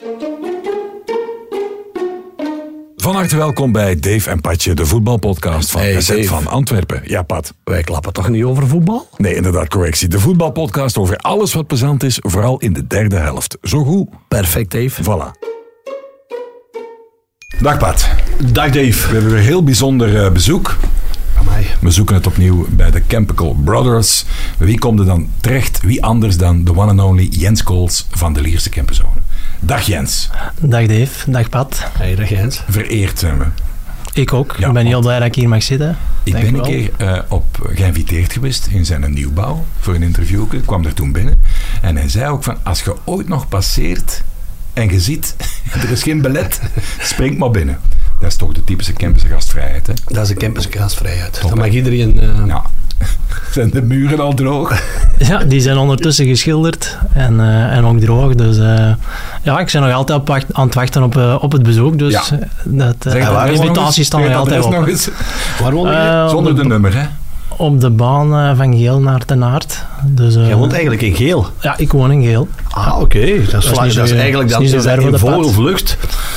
Van harte welkom bij Dave en Patje, de voetbalpodcast van SZ van Antwerpen. Ja, Pat. Wij klappen toch niet over voetbal? Nee, inderdaad, correctie. De voetbalpodcast over alles wat plezant is, vooral in de derde helft. Zo goed. Perfect, Dave. Voilà. Dag, Pat. Dag, Dave. We hebben weer heel bijzonder bezoek. Amai. We zoeken het opnieuw bij de Kempical Brothers. Wie komt er dan terecht? Wie anders dan de one and only Jens Kools van de Lierse Kempenzone. Dag Jens. Dag Dave, dag Pat. Hey, dag Jens. Vereerd zijn we. Ik ook. Ja, ik ben heel blij dat ik hier mag zitten. Ik ben een keer geïnviteerd geweest in zijn nieuwbouw voor een interview. Ik kwam er toen binnen. En hij zei ook van, als je ooit nog passeert en je ziet, er is geen belet, spring maar binnen. Dat is toch de typische Kempense gastvrijheid, hè? Dat is de Kempense gastvrijheid. Top, dan mag iedereen... Ja. Zijn de muren al droog? Ja, die zijn ondertussen geschilderd en ook droog. Dus ja, ik ben nog altijd aan het wachten op het bezoek. Dus ja. De invitaties staan nog altijd op. Waar woon je? Zonder de nummer, hè? Op de baan van Geel naar Ten Aard. Dus, jij woont eigenlijk in Geel? Ja, ik woon in Geel. Ah, oké. Dat is eigenlijk dan in vogelvlucht.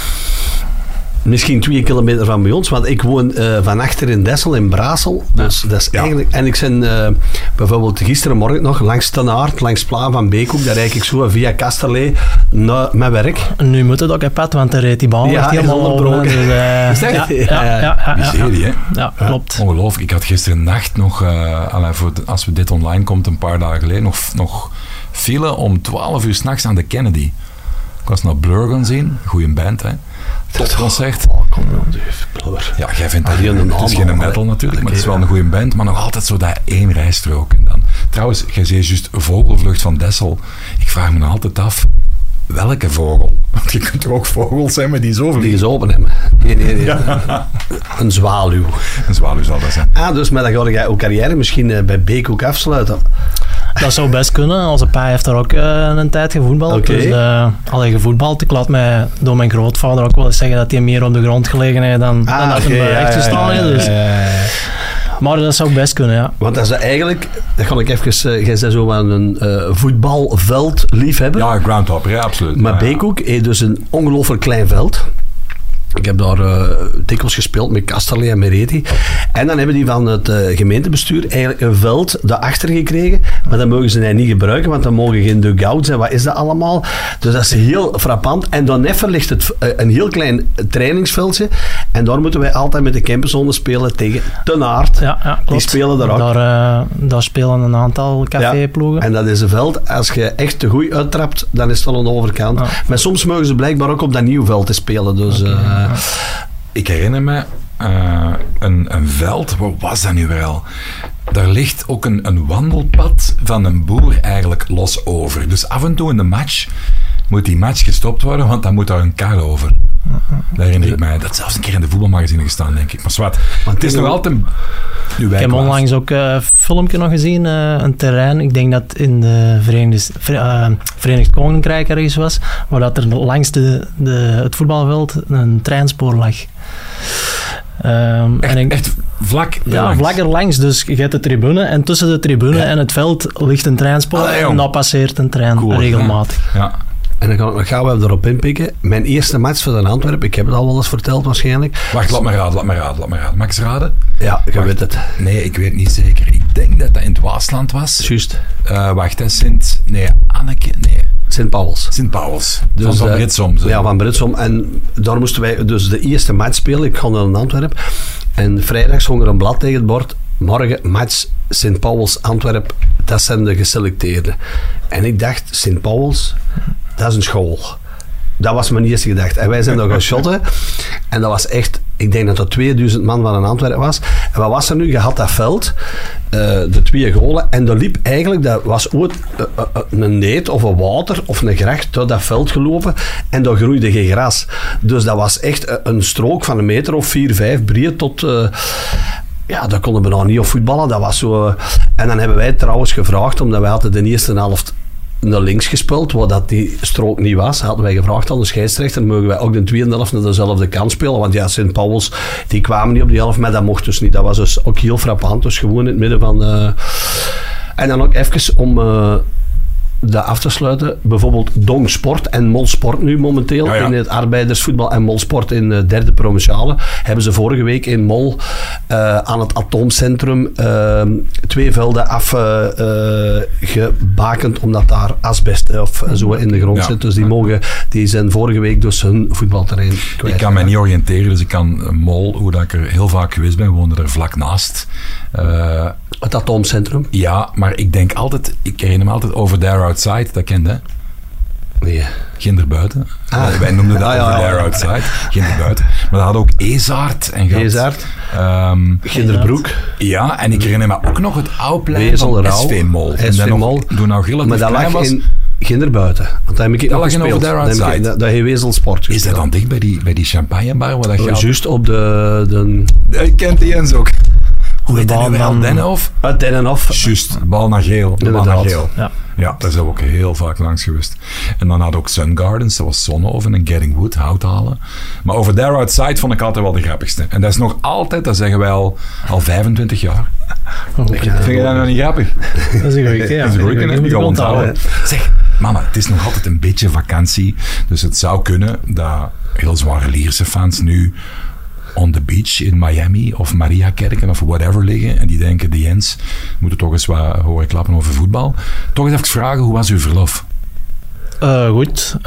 Misschien 2 kilometer van bij ons, want ik woon van achter in Dessel, in Brasel. Dus dat is eigenlijk... En ik ben bijvoorbeeld gisterenmorgen nog langs Ten Aard, langs Pla van Beekhoek, daar rijd ik zo via Kasterlee naar mijn werk. Nu moet het ook, hè, Pat, want daar reed die baan echt helemaal onderbroken. Dus, is dat? Ja. Miserie, hè? Ja, klopt. Ongelooflijk. Ik had gisteren nacht nog, als we dit online komt, een paar dagen geleden, nog file om 12 uur 's nachts aan de Kennedy. Ik was naar Blur gaan zien. Goeie band, hè? Topconcert. Oh, kom dan, Blur. Ja, jij vindt dat het is geen metal natuurlijk, maar het is wel een goede band. Maar nog altijd zo dat 1 rijstrook. En dan, trouwens, jij zei juist vogelvlucht van Dessel. Ik vraag me nog altijd af, welke vogel? Want je kunt er ook vogels zijn, maar die zo vliegen. Die is open hebben. Nee. Ja. Een zwaluw. Een zwaluw zal dat zijn. Ah, dus maar dan ga jij ook carrière misschien bij Beekhoek afsluiten. Dat zou best kunnen. Onze pa heeft daar ook een tijd gevoetbald. Okay. Dus gevoetbald. Ik laat mij door mijn grootvader ook wel eens zeggen dat hij meer op de grond gelegen heeft dan dat hij echt gestaan heeft. Dus. Maar dat zou best kunnen, ja. Want dat is eigenlijk, dat ga ik even, jij bent zo aan een voetbalveld liefhebber. Ja, groundhopper, ja, absoluut. Maar Beekhoek heeft dus een ongelooflijk klein veld. Ik heb daar dikwijls gespeeld met Kasterlee en Mereti. En dan hebben die van het gemeentebestuur eigenlijk een veld daarachter gekregen. Maar dat mogen ze niet gebruiken, want dan mogen geen dugouts en wat is dat allemaal. Dus dat is heel frappant. En dan even ligt het een heel klein trainingsveldje. En daar moeten wij altijd met de Kempenzone spelen tegen Ten Aard. Ja, klopt. Die spelen daar ook. Daar spelen een aantal caféploegen. Ja, en dat is een veld, als je echt te goed uittrapt, dan is het al een overkant. Ja. Maar soms mogen ze blijkbaar ook op dat nieuw veld te spelen. Dus... Ik herinner me een veld, waar was dat nu wel? Daar ligt ook een wandelpad van een boer eigenlijk los over. Dus af en toe in de match moet die match gestopt worden, want dan moet daar een kar over. Dat herinner ik mij. Dat is zelfs een keer in de voetbalmagazine gestaan, denk ik. Maar zwart, het is nog altijd... Ik heb onlangs ook een filmpje nog gezien, een terrein, ik denk dat het in de Verenigd Koninkrijk ergens was, waar dat er langs het voetbalveld een treinspoor lag. Echt vlak erlangs? Ja, vlak erlangs. Dus je hebt de tribune en tussen de tribune en het veld ligt een treinspoor en dan passeert een trein regelmatig. Ja. En dan gaan we erop inpikken. Mijn eerste match voor de Antwerpen, ik heb het al wel eens verteld waarschijnlijk. Wacht, laat me raden. Mag ik eens raden? Ja, je weet het. Nee, ik weet niet zeker. Ik denk dat in het Waasland was. Juist. Wacht, hè, Anneke, Sint Pauwels. Dus, van Britsom. Ja, van Britsom. En daar moesten wij dus de eerste match spelen. Ik ga naar Antwerpen. En vrijdags hong er een blad tegen het bord. Morgen match Sint Pauwels Antwerpen. Dat zijn de geselecteerden. En ik dacht, Sint Pauwels, dat is een school. Dat was mijn eerste gedachte. En wij zijn daar gaan shotten. En dat was echt... Ik denk dat er 2000 man van een Antwerpen was. En wat was er nu? Je had dat veld, de 2 golen. En er liep eigenlijk... Dat was ooit een neet of een water of een gracht door dat veld gelopen. En daar groeide geen gras. Dus dat was echt een strook van 1 meter of 4, 5 breed tot... ja, daar konden we nog niet op voetballen. Dat was zo... En dan hebben wij trouwens gevraagd, omdat wij hadden de eerste helft naar links gespeeld, waar dat die strook niet was, hadden wij gevraagd aan de scheidsrechter, mogen wij ook de tweede helft naar dezelfde kant spelen, want ja, Sint Pauwels, die kwamen niet op die helft, maar dat mocht dus niet. Dat was dus ook heel frappant, dus gewoon in het midden van... En dan ook even om dat af te sluiten, bijvoorbeeld Dong Sport en Mol Sport nu momenteel in het arbeidersvoetbal en Mol Sport in de derde provinciale, hebben ze vorige week in Mol aan het atoomcentrum 2 velden afgebakend omdat daar asbest of zo in de grond zit. Dus die zijn vorige week dus hun voetbalterrein kwijt. Ik kan mij niet oriënteren, dus ik kan Mol, hoe dat ik er heel vaak geweest ben, woonde er vlak naast. Het atoomcentrum? Ja, maar ik denk altijd, ik herinner me altijd Over There Outside, dat kende hè? Nee. Ginderbuiten. Wij noemden dat Over There Outside. Ginderbuiten. Maar dat had ook Ezaard. Ezaard. Ginderbroek. Ja, en ik herinner me ook nog het oude van SV Mol. SV Mol. Toen nou relatief maar dat klein lag was. In Ginderbuiten. Want dat heb ik nog gespeeld. Over There Outside. Dat heet Wezelsport. Is dat dan dicht bij die champagnebar? Juist op de... Kent die Jens ook? Hoe heet dat nu wel? Dennenhof? Juist, bal naar geel. De bal naar geel. Ja, daar zijn we ook heel vaak langs geweest. En dan had ook Sun Gardens, dat was Zonneoven en Getting Wood, hout halen. Maar Over There Outside vond ik altijd wel de grappigste. En dat is nog altijd, dat zeggen wij al 25 jaar. Vind je dat nou niet grappig? Dat is een goeie, ja. Dat is een goeie, onthouden. Zeg, mama, het is nog altijd een beetje vakantie. Dus het zou kunnen dat heel zware Lierse fans nu on the beach in Miami of Mariakerken of whatever liggen en die denken, de Jens moeten toch eens wat horen klappen over voetbal. Toch eens even vragen, hoe was uw verlof? Goed.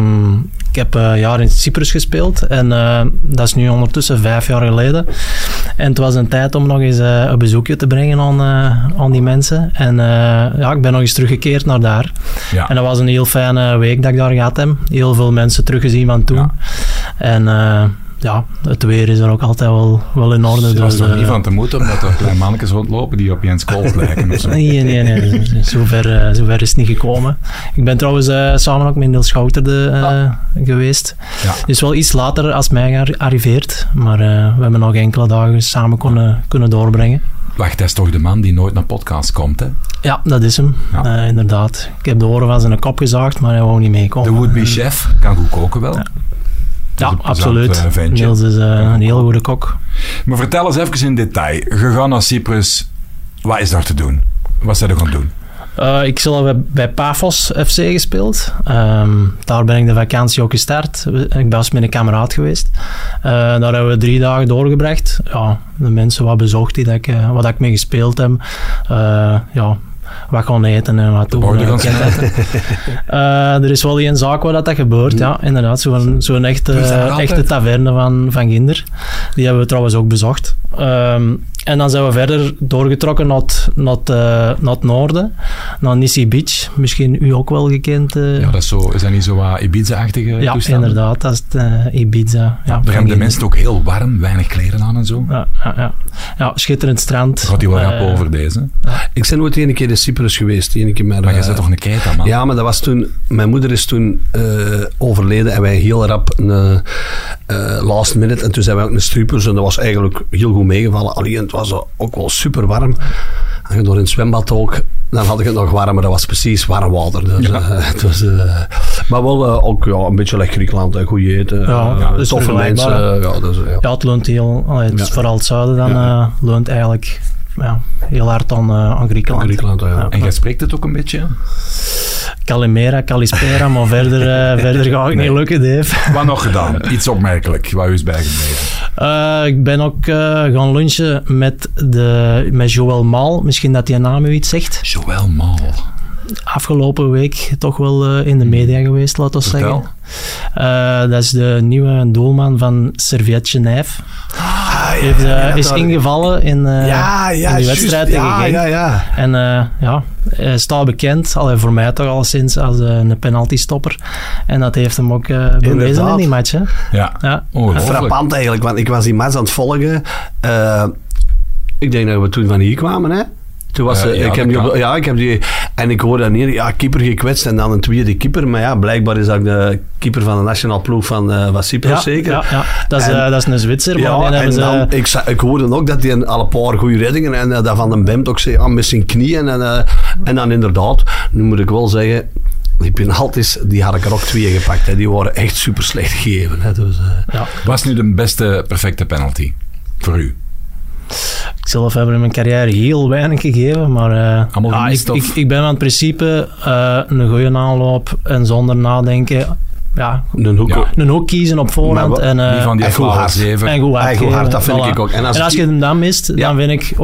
Ik heb een jaar in Cyprus gespeeld en dat is nu ondertussen 5 jaar geleden. En het was een tijd om nog eens een bezoekje te brengen aan die mensen. En ik ben nog eens teruggekeerd naar daar. Ja. En dat was een heel fijne week dat ik daar gehad heb. Heel veel mensen teruggezien van toen. Ja. En het weer is er ook altijd wel in orde. Er was toch niet van te moeten omdat er kleine mannetjes rondlopen die op Jens Kool lijken of zo? Nee. Zover is het niet gekomen. Ik ben trouwens samen ook met Niels Schouterde geweest. Ja. Dus wel iets later als mij gearriveerd. Maar we hebben nog enkele dagen samen kunnen doorbrengen. Wacht, dat is toch de man die nooit naar podcast komt, hè? Ja, dat is hem. Ja. Inderdaad. Ik heb de oren van zijn kop gezaagd, maar hij wou niet meekomen. De would-be chef kan goed koken wel. Ja, absoluut. Niels is een heel goede kok. Maar vertel eens even in detail. Je gaat naar Cyprus. Wat is daar te doen? Wat zijn er gaan doen? Ik heb bij Paphos FC gespeeld. Daar ben ik de vakantie ook gestart. Ik was met een kameraad geweest. Daar hebben we 3 dagen doorgebracht. Ja, de mensen wat bezocht die wat ik mee gespeeld heb. Wat gaan eten en wat doen. Er is wel één zaak waar dat gebeurt, ja, inderdaad. Zo'n echte taverne van Ginder. Die hebben we trouwens ook bezocht. En dan zijn we verder doorgetrokken naar het noorden, naar Nissi Beach. Misschien u ook wel gekend. Ja, dat is dat niet zo wat Ibiza-achtige ja, toestanden? Inderdaad, dat is het Ibiza. Ja, daar hebben de mensen ook heel warm, weinig kleren aan en zo. Ja, schitterend strand. Gaat die wel rap over deze? Ik ben nooit 1 keer in Cyprus geweest. Maar je zit toch een keita, man? Ja, maar dat was toen... Mijn moeder is toen overleden en wij heel rap last minute. En toen zijn wij ook een strupers en dat was eigenlijk heel goed meegevallen. Alleen het was ook wel super warm. En je door in het zwembad ook, dan had ik het nog warm, maar dat was precies warm water. Dus, maar wel ook een beetje like Griekenland, goed eten, toffe mensen. Ja, het loont heel, vooral het zuiden dan loont eigenlijk heel hard aan Griekenland. En jij spreekt het ook een beetje? Kalimera, Kalispera, maar verder ga ik niet lukken, Dave. Wat nog gedaan? Iets opmerkelijk, wat u is bijgebleven? Ik ben ook gaan lunchen met Joël Mal. Misschien dat die naam u iets zegt. Joël Mal. Afgelopen week toch wel in de media geweest, laten we zeggen. Dat is de nieuwe doelman van Servette Genève. Is ingevallen in die wedstrijd tegen Genk. Ja. En hij staat bekend, voor mij toch al sinds als een penaltystopper. En dat heeft hem ook bewezen in die match. Hè? Ja. Frappant eigenlijk, want ik was die match aan het volgen. Ik denk dat we toen van hier kwamen, hè? Toen was ik heb die en ik hoorde dan hier, keeper gekwetst en dan een tweede keeper, maar ja, blijkbaar is dat de keeper van de nationale ploeg van Cyprus zeker. Ja. Dat is een Zwitser. Maar ik hoorde ook dat hij al een paar goede reddingen en dat Van den Bemt ook zei, met zijn knieën en dan inderdaad, nu moet ik wel zeggen, die penalties, die had ik er ook 2 gepakt. Hè. Die waren echt super slecht gegeven. Hè. Dus, Was nu de beste perfecte penalty voor u? zelf heb in mijn carrière heel weinig gegeven, maar ik ben aan het principe een goede aanloop en zonder nadenken een hoek kiezen op voorhand. Die van die goed hard. En goed hard, dat vind ik ook. En als je hem dan mist, dan vind ik,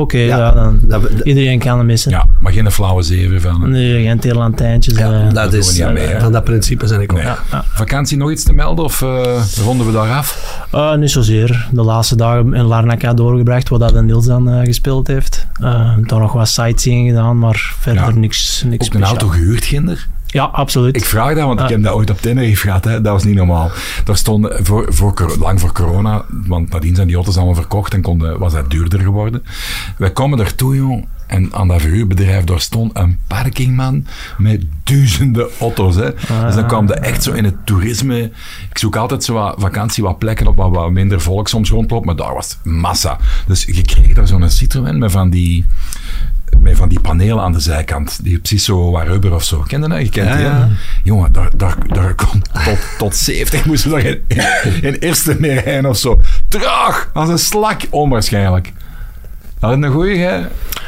iedereen kan hem missen. Ja, maar geen flauwe zeven van. Nee, geen teerlantijntjes. Dat is niet mee. Van dat principe zijn ik ook. Nee. Vakantie nog iets te melden of ronden we daar af? Niet zozeer. De laatste dagen in Larnaca doorgebracht, waar dat Niels dan gespeeld heeft. Daar nog wat sightseeing gedaan, maar verder niks ook speciaal. Een auto gehuurd, Ginder? Ja, absoluut. Ik vraag dat, want ik heb dat ooit op Tenerife gehad. Hè. Dat was niet normaal. Daar stonden, lang voor corona, want nadien zijn die auto's allemaal verkocht en was dat duurder geworden. Wij komen daartoe, jong, en aan dat verhuurbedrijf, daar stond een parkingman met duizenden auto's. Hè. Dus dan kwam dat echt zo in het toerisme. Ik zoek altijd zo wat vakantie, wat plekken op wat minder volk soms rondloopt, maar daar was massa. Dus je kreeg daar zo'n Citroën met van die panelen aan de zijkant, die precies zo wat rubber of zo. Ken je dat? Je kent die, hè? Jongen, daar komt tot 70 moesten we nog in eerste meer rijden of zo. Traag, als een slak, onwaarschijnlijk. Had het een goeie, hè?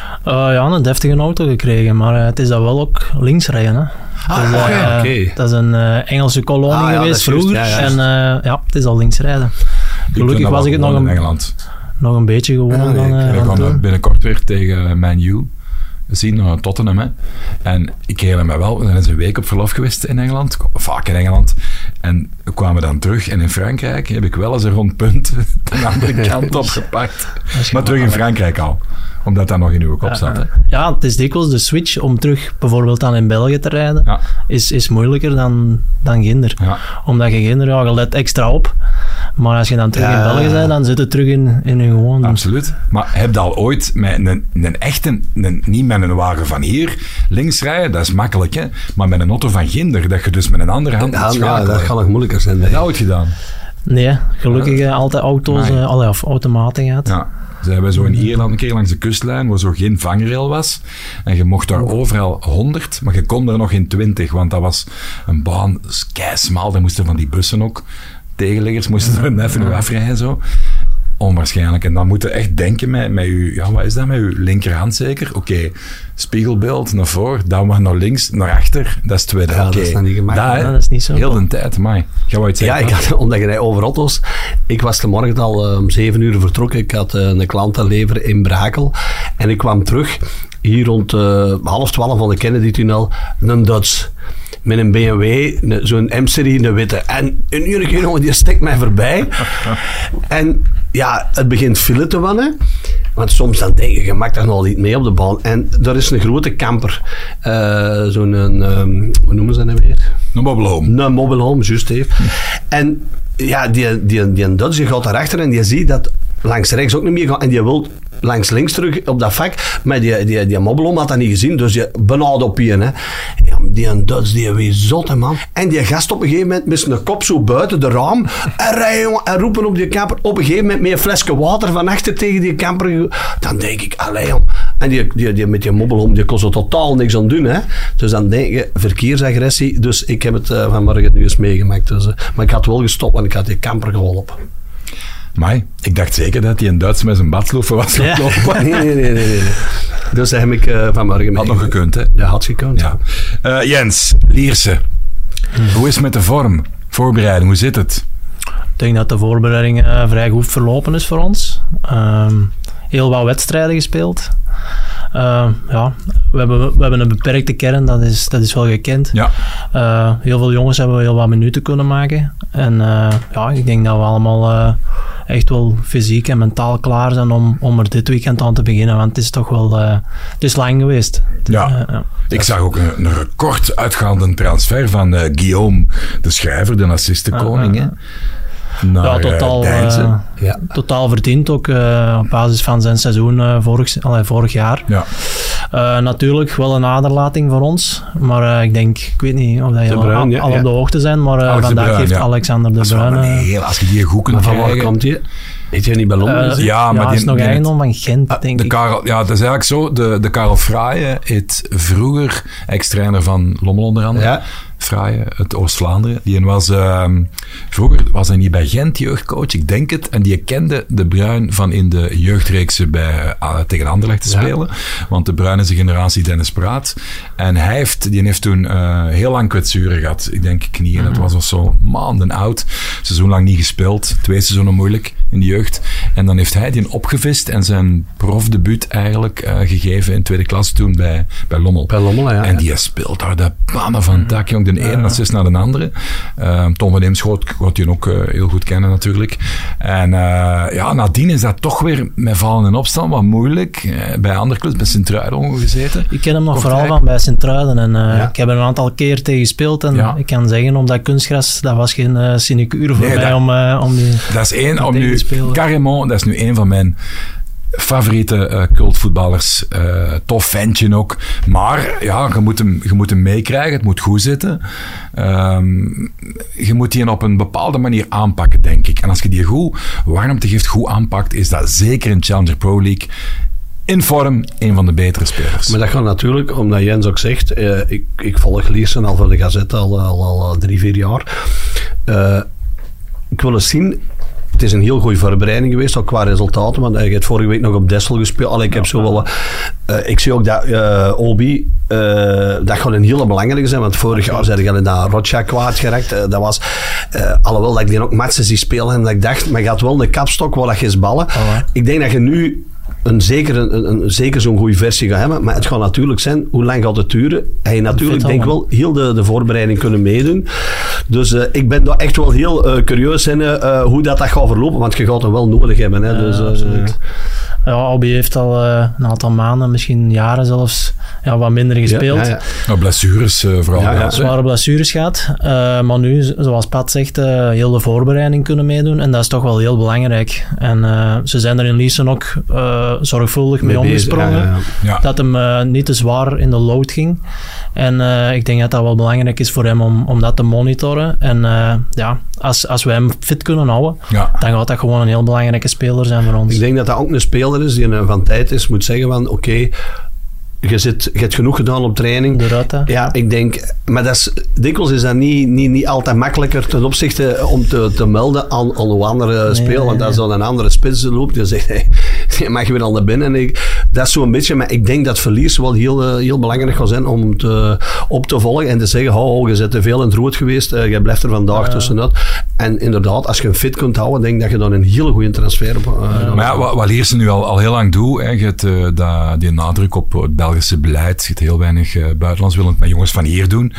Een deftige auto gekregen, maar het is dat wel ook links rijden, hè. Oké. Dat is een Engelse kolonie geweest vroeger. En het is al links rijden. Gelukkig was ik het nog nog een beetje gewoon. We gaan binnenkort weer tegen Man U zien, Tottenham. Hè. En ik herinner me wel, we zijn eens een week op verlof geweest in Engeland, vaak in Engeland. En we kwamen dan terug. En in Frankrijk heb ik wel eens een rond punt de andere kant opgepakt. Maar terug in Frankrijk al. Omdat dat nog in uw kop zat. Hè. Ja, het is dikwijls de switch om terug bijvoorbeeld dan in België te rijden. Is moeilijker dan Ginder. Ja. Omdat je Ginder, je let extra op. Maar als je dan terug in België bent, dan zit het terug in je gewoon. Absoluut. Maar heb je al ooit met een echte, niet met een wagen van hier, links rijden, dat is makkelijk, hè? Maar met een auto van Ginder, dat je dus met een andere hand moet schakelen. Dat gaat nog moeilijker zijn. Heb je dat ooit gedaan? Nee, gelukkig altijd auto's, of automaten gehad. Ja. Ze hebben zo in Ierland een keer langs de kustlijn, waar zo geen vangrail was. En je mocht daar overal 100, maar je kon er nog in 20, want dat was een baan keismal. Daar moesten van die bussen ook, tegenliggers moesten er even nu afrijden zo. Onwaarschijnlijk. En dan moet je echt denken met je, wat is dat, met je linkerhand zeker? Oké, spiegelbeeld naar voor, dan maar naar links, naar achter, dat is tweede. Dat is dan niet gemakkelijk. Dat is niet zo. Heel de tijd, amai. Ga wat zeggen? Omdat je rijdt over auto's. Ik was vanmorgen al om 7 uur vertrokken. Ik had een klant te leveren in Brakel. En ik kwam terug, hier rond 11:30 van de Kennedy-tunnel, een Dodge. Met een BMW, zo'n M-serie, een witte. En een uur, jongen, die stikt mij voorbij. En ja, het begint file te wannen. Want soms dan denk je maakt daar nog niet mee op de baan. En er is een grote camper. Hoe noemen ze dat weer? Een mobile home. Een mobile home, juist even. En ja, die Dodge die gaat daarachter en die ziet dat langs rechts ook niet meer gaat. En die wil langs links terug op dat vak. Maar die mobile home had dat niet gezien. Dus je benauwd op je, hè. Ja, die Dodge, die weer zotte, man. En die gast op een gegeven moment met zijn kop zo buiten de raam. En rijden, jongen, en roepen op die camper. Op een gegeven moment met een flesje water van achter tegen die camper. Dan denk ik, allee, jong. En die met die mobile home, die kon zo totaal niks aan doen, hè. Dus dan denk je, verkeersagressie. Dus ik heb het vanmorgen nu eens meegemaakt. Dus, maar ik had wel gestopt, want ik had die camper geholpen. Maar ik dacht zeker dat hij in Duits met zijn badsloeven was gelopen. Nee. Dus dat heb ik vanmorgen had nog gekund, hè? Ja, had gekund. Ja. Jens, Lierse. Hoe is het met de vorm? Voorbereiding, hoe zit het? Ik denk dat de voorbereiding vrij goed verlopen is voor ons. Heel wat wedstrijden gespeeld. We hebben een beperkte kern, dat is wel gekend. Ja. Heel veel jongens hebben heel wat minuten kunnen maken. En ik denk dat we allemaal echt wel fysiek en mentaal klaar zijn om er dit weekend aan te beginnen. Want het is toch wel het is lang geweest. Ik zag ook een record uitgaande transfer van Guillaume, de schrijver, de assistenkoning. Totaal verdiend ook op basis van zijn seizoen vorig jaar. Ja. Natuurlijk wel een aderlating voor ons, maar ik weet niet of dat je al op de hoogte zijn, maar vandaag heeft Alexander de Bruyne... Als je die goed kunt krijgen... Van waar komt die? Heet hij niet bij Londen? Maar die is nog eigendom van Gent, denk ik. Het is eigenlijk zo. De Karel Fraaie heet vroeger ex-trainer van Lommel onder andere. Ja. Fraaie, het Oost-Vlaanderen. Die was, vroeger was hij niet bij Gent jeugdcoach, ik denk het. En die kende De Bruyne van in de jeugdreeksen tegen Anderlecht te spelen. Want De Bruyne is de generatie Dennis Praat. En die heeft toen heel lang kwetsuren gehad. Ik denk knieën, dat was al zo maanden oud. Seizoen lang niet gespeeld. 2 seizoenen moeilijk in de jeugd. En dan heeft hij die opgevist en zijn profdebuut eigenlijk gegeven in tweede klas toen bij Lommel. Bij Lommel, ja. En die speelt daar de pannen van het dak, jong. De ene assist naar de andere. Tom van Eemschoot gaat je ook heel goed kennen natuurlijk. En nadien is dat toch weer met vallen en opstaan wat moeilijk. Bij andere clubs, bij Sint-Truiden gezeten. Ik ken hem nog vooral van bij Sint-Truiden. En ik heb er een aantal keer tegen gespeeld. En ik kan zeggen, omdat kunstgras, dat was geen sinecure voor mij om die dat is om nu Carrément, dat is nu een van mijn favoriete cultvoetballers. Tof ventje ook. Maar ja, je moet hem meekrijgen. Het moet goed zitten. Je moet die op een bepaalde manier aanpakken, denk ik. En als je die warmte geeft, goed aanpakt, is dat zeker in Challenger Pro League in vorm een van de betere spelers. Maar dat gaat natuurlijk, omdat Jens ook zegt, ik volg Liersen al voor de Gazette al 3-4 jaar. Ik wil eens zien. Het is een heel goede voorbereiding geweest, ook qua resultaten, want je hebt vorige week nog op Dessel gespeeld. Ik heb zo wel ik zie ook dat Obi, dat gaat een hele belangrijke zijn, want vorig jaar zijn je naar Rocha kwijtgeraakt. Dat was, alhoewel dat ik die ook matchen zie spelen en dat ik dacht, maar je had wel de kapstok waar je eens ballen. Ik denk dat je nu zeker zo'n goede versie gaat hebben, maar het gaat natuurlijk zijn, hoe lang gaat het duren? En je natuurlijk denk wel heel de voorbereiding kunnen meedoen. Dus ik ben daar echt wel heel curieus in hoe dat gaat verlopen, want je gaat hem wel nodig hebben. Hè? Dus, absoluut. Obi heeft al een aantal maanden, misschien jaren zelfs, wat minder gespeeld. Nou, blessures vooral. Zware blessures gehad. Maar nu, zoals Pat zegt, heel de voorbereiding kunnen meedoen. En dat is toch wel heel belangrijk. En ze zijn er in Liersen ook zorgvuldig mee omgesprongen. Dat hem niet te zwaar in de load ging. En ik denk dat dat wel belangrijk is voor hem om dat te monitoren. En als we hem fit kunnen houden, dan gaat dat gewoon een heel belangrijke speler zijn voor ons. Ik denk dat dat ook een speler is die van tijd is, moet zeggen van oké, je hebt genoeg gedaan op training. Ja, ik denk, maar dikwijls is dat niet altijd makkelijker ten opzichte om te melden aan een andere speler. Want als dan een andere spits loopt, dan zegt hij, je mag weer al naar binnen. En dat is zo'n beetje, maar ik denk dat verlies wel heel belangrijk gaat zijn om op te volgen en te zeggen, je bent te veel in het rood geweest, je blijft er vandaag tussenuit. En inderdaad, als je hem fit kunt houden, denk ik dat je dan een hele goede transfer hebt. Maar wat Liersen nu al heel lang doet, je hebt die nadruk op het Belgische beleid, je hebt heel weinig buitenlands willend met jongens van hier doen.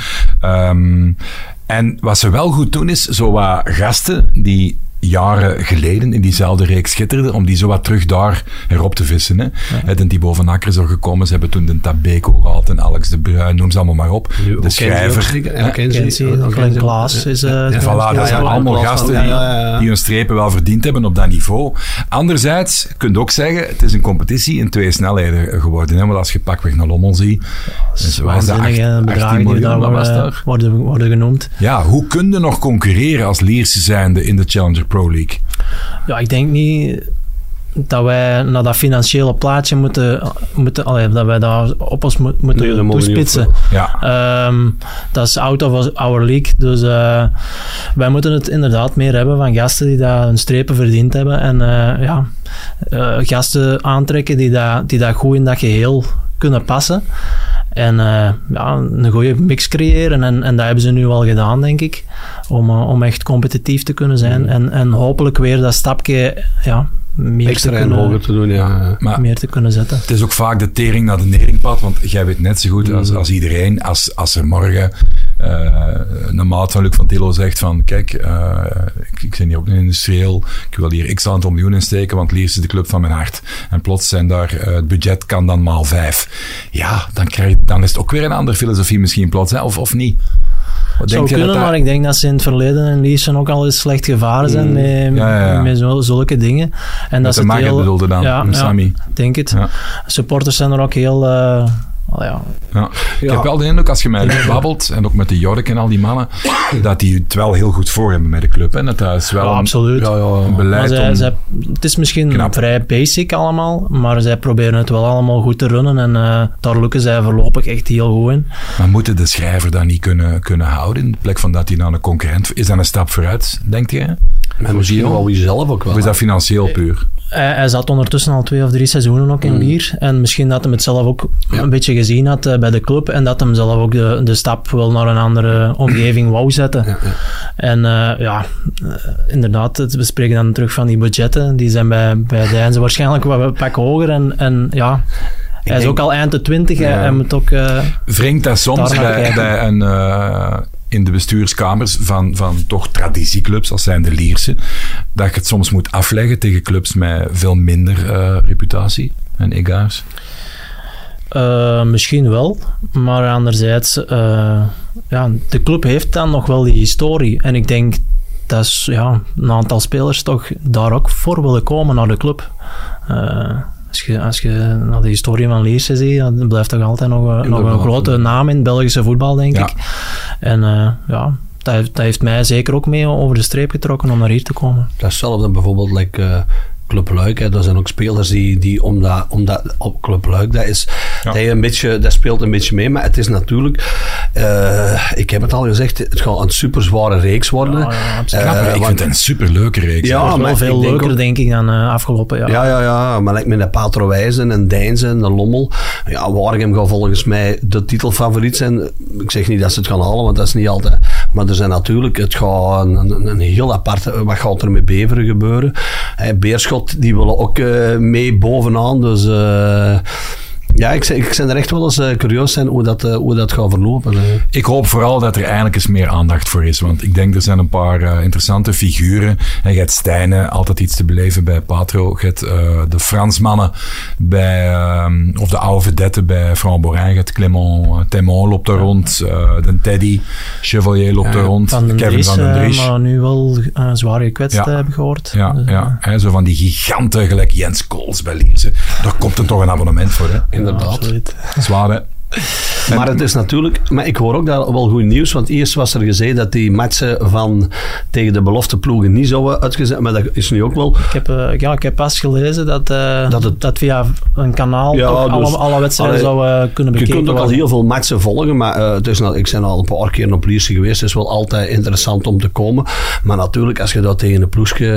En wat ze wel goed doen is, zo wat gasten die jaren geleden in diezelfde reeks schitterden, om die zo wat terug daar erop te vissen. Hè. De Thibaut van Akker is er gekomen, ze hebben toen de Tabeco gehad en Alex de Bruin, noem ze allemaal maar op. De schrijver. Glenn Klaas is... Voilà, dat zijn allemaal gasten die hun strepen wel verdiend hebben op dat niveau. Anderzijds, kun je ook zeggen, het is een competitie in 2 snelheden geworden. Hè. Want als je pakweg naar Lommel ziet, waanzinnige bedragen die daar worden genoemd. Ja, hoe kun je nog concurreren als Lierse zijnde in de Challenger Pro League? Ja, ik denk niet dat wij naar dat financiële plaatje moeten dat wij daar op ons moeten toespitsen. Dat is out of our league. Dus wij moeten het inderdaad meer hebben van gasten die daar hun strepen verdiend hebben en gasten aantrekken die dat goed in dat geheel kunnen passen. En een goede mix creëren. En dat hebben ze nu al gedaan, denk ik. Om echt competitief te kunnen zijn. En hopelijk weer dat stapje meer extra en hoger te doen. Maar meer te kunnen zetten. Het is ook vaak de tering naar de neringpad. Want jij weet net zo goed als iedereen. Als er morgen een maat van Luc van Tillo zegt van kijk, ik ben hier ook een industrieel. Ik wil hier x aantal miljoen insteken. Want Liers is de club van mijn hart. En plots zijn daar, het budget kan dan maal 5. Ja, dan is het ook weer een andere filosofie misschien plots. Hè? Of niet? Zou kunnen, maar ik denk dat ze in het verleden in Liersen ook al eens slecht gevaren zijn met zulke dingen. En met dat de Magge bedoelde dan, met Sammy. Ik denk het. Supporters zijn er ook heel Ik heb wel de indruk, als je met hen babbelt, en ook met de Jork en al die mannen, dat die het wel heel goed voor hebben met de club. En dat is wel absoluut. Een beleid het is misschien vrij basic allemaal, maar zij proberen het wel allemaal goed te runnen en daar lukken zij voorlopig echt heel goed in. Maar moeten de schrijver dat niet kunnen houden, in plek van dat hij naar een concurrent... Is dat een stap vooruit, denk je? Maar misschien wel wie zelf ook wel. Of is dat financieel puur? Hij zat ondertussen al 2 of 3 seizoenen ook in Lier. En misschien dat hij het zelf ook een beetje gezien had bij de club. En dat hem zelf ook de stap wel naar een andere omgeving wou zetten. En inderdaad, we spreken dan terug van die budgetten. Die zijn bij Deinze waarschijnlijk wat pak hoger. Hij is ook al eind de 20. Hij moet ook... Wringt dat soms bij een... in de bestuurskamers van toch traditieclubs, als zijn de Lierse, dat je het soms moet afleggen tegen clubs met veel minder reputatie en egaars? Misschien wel, maar anderzijds, de club heeft dan nog wel die historie. En ik denk dat een aantal spelers toch daar ook voor willen komen naar de club. Als je naar de historie van Lierse ziet, dan blijft toch altijd nog een grote naam in het Belgische voetbal, denk ik. En dat heeft mij zeker ook mee over de streep getrokken om naar hier te komen. Dat is hetzelfde bijvoorbeeld Club Luik. Er zijn ook spelers die omdat op Club Luik, dat speelt een beetje mee, maar het is natuurlijk, ik heb het al gezegd, het gaat een super zware reeks worden. Ik vind het een super leuke reeks. Ja, maar veel leuker denk ik dan afgelopen jaar. Ja, maar met de Patro Wijzen en Deinze en de Lommel. Ja, Waregem gaat volgens mij de titelfavoriet zijn. Ik zeg niet dat ze het gaan halen, want dat is niet altijd. Maar er zijn natuurlijk, het gaat een heel aparte, wat gaat er met Beveren gebeuren? Beerschot, die willen ook mee bovenaan. Dus ik ben er echt wel eens curieus zijn hoe dat gaat verlopen. Ik hoop vooral dat er eindelijk eens meer aandacht voor is. Want ik denk, er zijn een paar interessante figuren. En je hebt Stijne, altijd iets te beleven bij Patro. Je hebt de Fransmannen bij, of de oude vedetten bij Franck Borin. Je hebt Clément Témon loopt er rond. De Teddy Chevalier loopt er rond. Kevin van den Dries. Maar nu wel zwaar gekwetst heb ik gehoord. Zo van die giganten, gelijk Jens Kools bij Lierse. Daar komt er toch een abonnement voor, hè? Inderdaad. Zwaar, hè? Maar het is natuurlijk... Maar ik hoor ook dat wel goed nieuws, want eerst was er gezegd dat die matchen tegen de belofte ploegen niet zouden uitgezet, maar dat is nu ook wel... Ik heb pas gelezen dat via een kanaal alle wedstrijden zouden kunnen bekeken worden. Je kunt ook al heel veel matchen volgen, maar ik ben al een paar keer op Lierse geweest, het is wel altijd interessant om te komen. Maar natuurlijk, als je dat tegen een ploegje...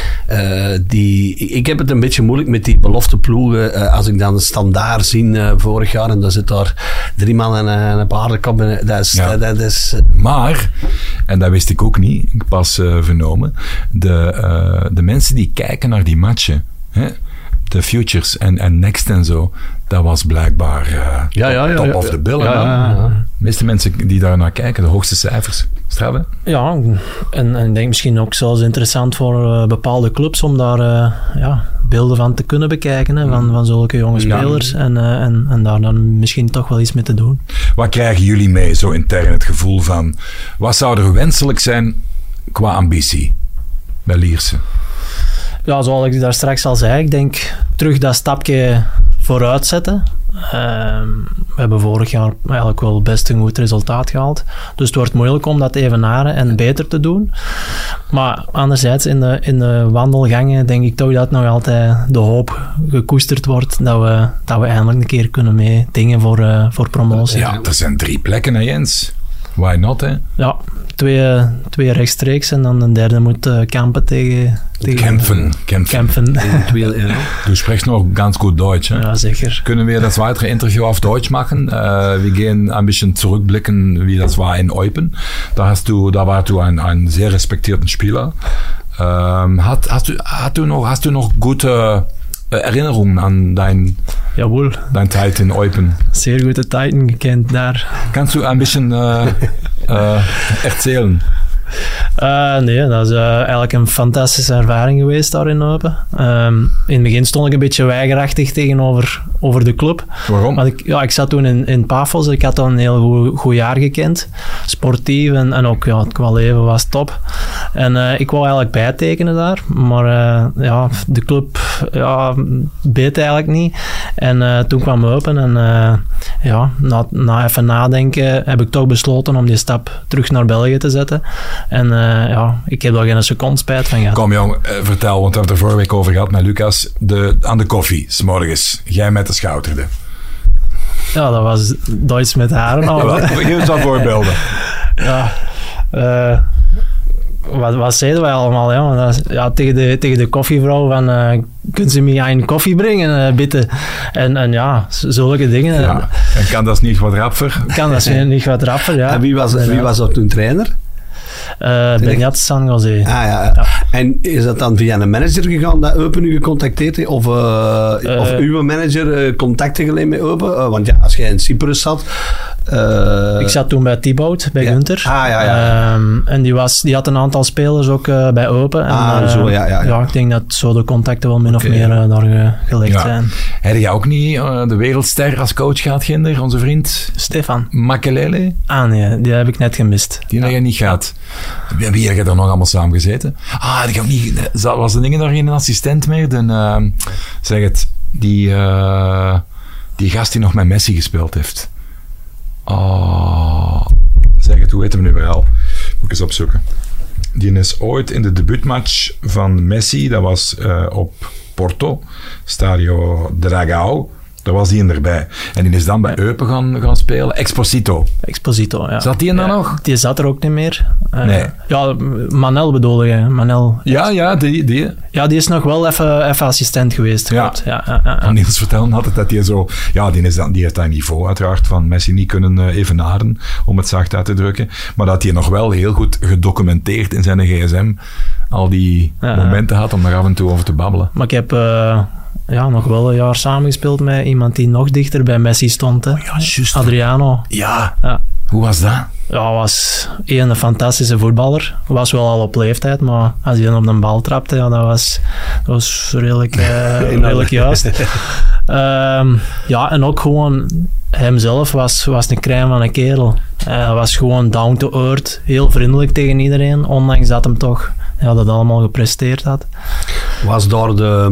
ik heb het een beetje moeilijk met die belofte ploegen, als ik dan de Standaard zie vorig jaar, en daar zit daar 3 man en een paardenkop. Dat is... Maar, en dat wist ik ook niet, ik pas vernomen, de mensen die kijken naar die matchen, hè, de futures en next en zo, dat was blijkbaar top of the bill. De meeste mensen die daar naar kijken, de hoogste cijfers. Straf, hè? Ja, en ik denk misschien ook zelfs interessant voor bepaalde clubs om daar beelden van te kunnen bekijken, hè, van zulke jonge spelers en daar dan misschien toch wel iets mee te doen. Wat krijgen jullie mee, zo intern, het gevoel van, wat zou er wenselijk zijn qua ambitie bij Lierse? Ja, zoals ik daar straks al zei, ik denk terug dat stapje vooruit zetten. We hebben vorig jaar eigenlijk wel best een goed resultaat gehaald. Dus het wordt moeilijk om dat evenaren en beter te doen. Maar anderzijds, in de wandelgangen denk ik toch dat nog altijd de hoop gekoesterd wordt dat we eindelijk een keer kunnen meedingen voor promotie. Ja, er zijn 3 plekken, hè Jens? Why not, hè? Ja, 2 rechtstreeks en dan een 3e moet kampen tegen Kämpfen. Du sprichst noch ganz gut Deutsch, hè? Ja, zeker. Können wir das weitere Interview auf Deutsch machen? Wir gehen ein bisschen zurückblicken, wie das war in Eupen. Da warst du ein sehr respektierten Spieler. Hast du noch gute Erinnerungen an dein Tijd in Eupen? Zeer goede tijden gekend daar. Kannst du ein bisschen erzählen? Nee, dat is eigenlijk een fantastische ervaring geweest daar in Eupen. In het begin stond ik een beetje weigerachtig tegenover de club. Waarom? Want ik zat toen in Pafos, ik had dan een heel goed jaar gekend. Sportief en ook qua leven was top. En ik wou eigenlijk bijtekenen daar, maar de club beet eigenlijk niet. En toen kwam Eupen na even nadenken heb ik toch besloten om die stap terug naar België te zetten. En ik heb daar geen seconde spijt van gehad. Kom jong, vertel, want we hebben het er vorige week over gehad met Lucas. Aan de koffie, 's morgens. Jij met de schouterde. Ja, dat was Duits met haren al. Geef eens wat voorbeelden. Wat zeiden wij allemaal? Ja, tegen de koffievrouw van... kunnen ze mij een koffie brengen, bitte? En zulke dingen. Ja. En kan dat niet wat rapper? Niet wat rapper, ja. En wie was dat toen trainer? Benyat San José. Ja. En is dat dan via een manager gegaan dat Eupen u gecontacteerd heeft? Of uw manager contacten geleden met Eupen? Want als jij in Cyprus zat... ik zat toen bij Thibaut, bij Gunther. En die had een aantal spelers ook bij Eupen. En, ik denk dat zo de contacten wel min of meer daar gelegd zijn. Heb jij ook niet de wereldster als coach gehad, Ginder? Onze vriend Stefan Makelele? Nee, die heb ik net gemist. Die heb je niet gehad. Wie heb je er nog allemaal samen gezeten? Dat ik ook niet... Was de dingen daar geen assistent meer? Zeg het, die gast die nog met Messi gespeeld heeft. Zeg het, hoe heet hem nu wel? Moet ik eens opzoeken. Die is ooit in de debuutmatch van Messi, dat was op Porto, Stadio Dragao. Daar was die erbij. En die is dan bij Eupen gaan spelen. Exposito, ja. Zat die dan nog? Die zat er ook niet meer. Nee. Ja, Manel bedoelde je? Manel. Ja, die. Ja, die is nog wel even assistent geweest. Ja. Niels vertelde altijd dat hij zo... Ja, die heeft dat niveau uiteraard van Messi niet kunnen evenaren, om het zacht uit te drukken. Maar dat hij nog wel heel goed gedocumenteerd in zijn gsm al die momenten had om daar af en toe over te babbelen. Maar ik heb... nog wel een jaar samengespeeld met iemand die nog dichter bij Messi stond. Hè. Juist. Adriano. Ja. Hoe was dat? Ja, was een fantastische voetballer. Was wel al op leeftijd, maar als hij dan op de bal trapte, dat was redelijk juist. En ook gewoon hemzelf was een crème van een kerel. Hij was gewoon down to earth, heel vriendelijk tegen iedereen, ondanks dat hem toch dat allemaal gepresteerd had. Was daar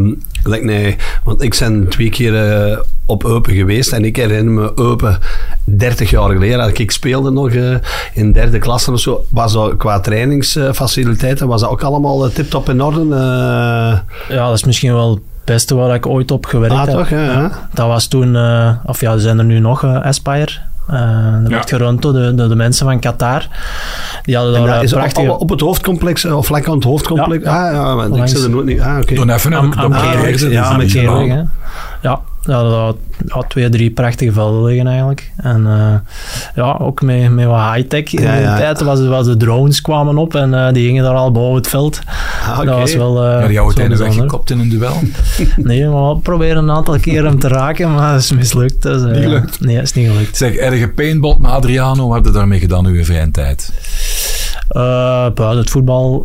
want ik ben 2 keer op Eupen geweest en ik herinner me Eupen 30 jaar geleden, als ik speelde nog in 3e klasse of zo, was dat qua trainingsfaciliteiten, was dat ook allemaal tip-top in orde? Ja, dat is misschien wel het beste waar ik ooit op gewerkt heb. Toch, ja. Dat was toen, er zijn er nu nog, Aspire. Dat werd gerund door de mensen van Qatar. Die hadden daar is prachtige... op het hoofdcomplex, of vlak aan het hoofdcomplex? Maar ik zit er nooit niet... Oké. Toen even heb ik het opgegeven. Ja, met Geerweg. Ja, 2, 3 prachtige velden liggen eigenlijk. En ook met wat high-tech. In de tijd was de drones kwamen op en die gingen daar al boven het veld. Okay. Dat was wel... Heb je uiteindelijk weggekopt in een duel? Nee, maar we proberen een aantal keer hem te raken, maar dat is mislukt. Dus, niet gelukt? Nee, dat is niet gelukt. Zeg, erge paintball met Adriano, wat heb je daarmee gedaan in uw vrije tijd? Buiten het voetbal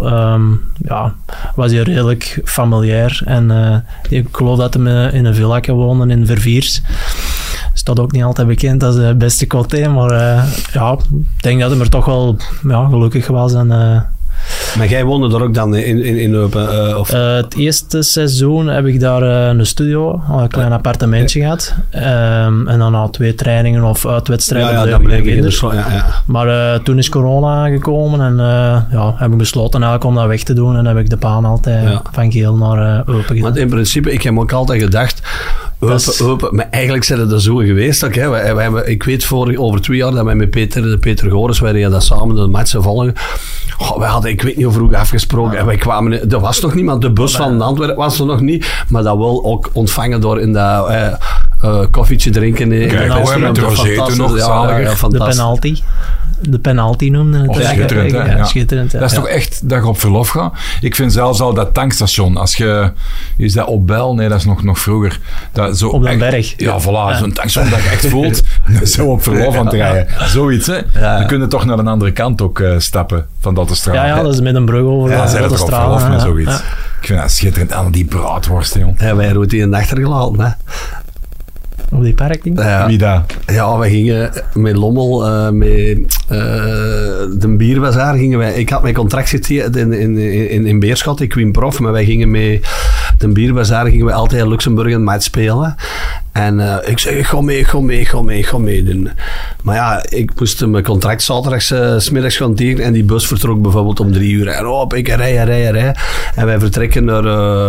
was hij redelijk familiair en ik geloof dat hij in een villa woonde in Verviers. Staat ook niet altijd bekend als de beste coté, maar ik denk dat hij er toch wel gelukkig was. Maar jij woonde daar ook dan in Eupen? Het eerste seizoen heb ik daar een studio, een klein appartementje gehad. En dan al 2 trainingen of uitwedstrijden. Dan bleef ik Maar toen is corona gekomen en heb ik besloten eigenlijk om dat weg te doen. En heb ik de baan altijd van Geel naar Eupen gedaan. Want in principe, ik heb ook altijd gedacht... Eupen, maar eigenlijk zijn het er zo geweest. Ik weet over 2 jaar dat wij met Peter Goris werden dat samen de matchen volgen. Wij hadden, ik weet niet hoe vroeg afgesproken. En wij kwamen, er was nog niemand. De bus van Antwerpen was er nog niet. Maar dat wel ook ontvangen door in dat koffietje drinken. Met Roger toen nog zaliger. De penalty noemde het. Schitterend, hè? Ja, schitterend. Dat is toch echt dat je op verlof gaat. Ik vind zelfs al dat tankstation, als je... Is dat op Bel? Nee, dat is nog vroeger. Dat zo op de berg. Ja, voilà. Zo'n tankstation dat je echt voelt. Zo op verlof aan te rijden. Zoiets, hè. Dan kun je toch naar een andere kant ook stappen van dat de straat. Ja, dat is met een brug over de straat. Op verlof met zoiets. Ik vind dat schitterend. Aan die braadworst, joh. Ja, wij hebben die achtergelaten, hè. Op die parking? Wie dat? Ja, we gingen met Lommel, de bierbazaar gingen wij... Ik had mijn contract getekend in Beerschot, ik kwam prof, maar wij gingen met de bierbazaar gingen we altijd in Luxemburg een match spelen. En ik zei, ga meedoen. Maar ja, ik moest mijn contract zaterdags 's middags gaan tekenen en die bus vertrok bijvoorbeeld om 3 uur. En ik rij. En wij vertrekken naar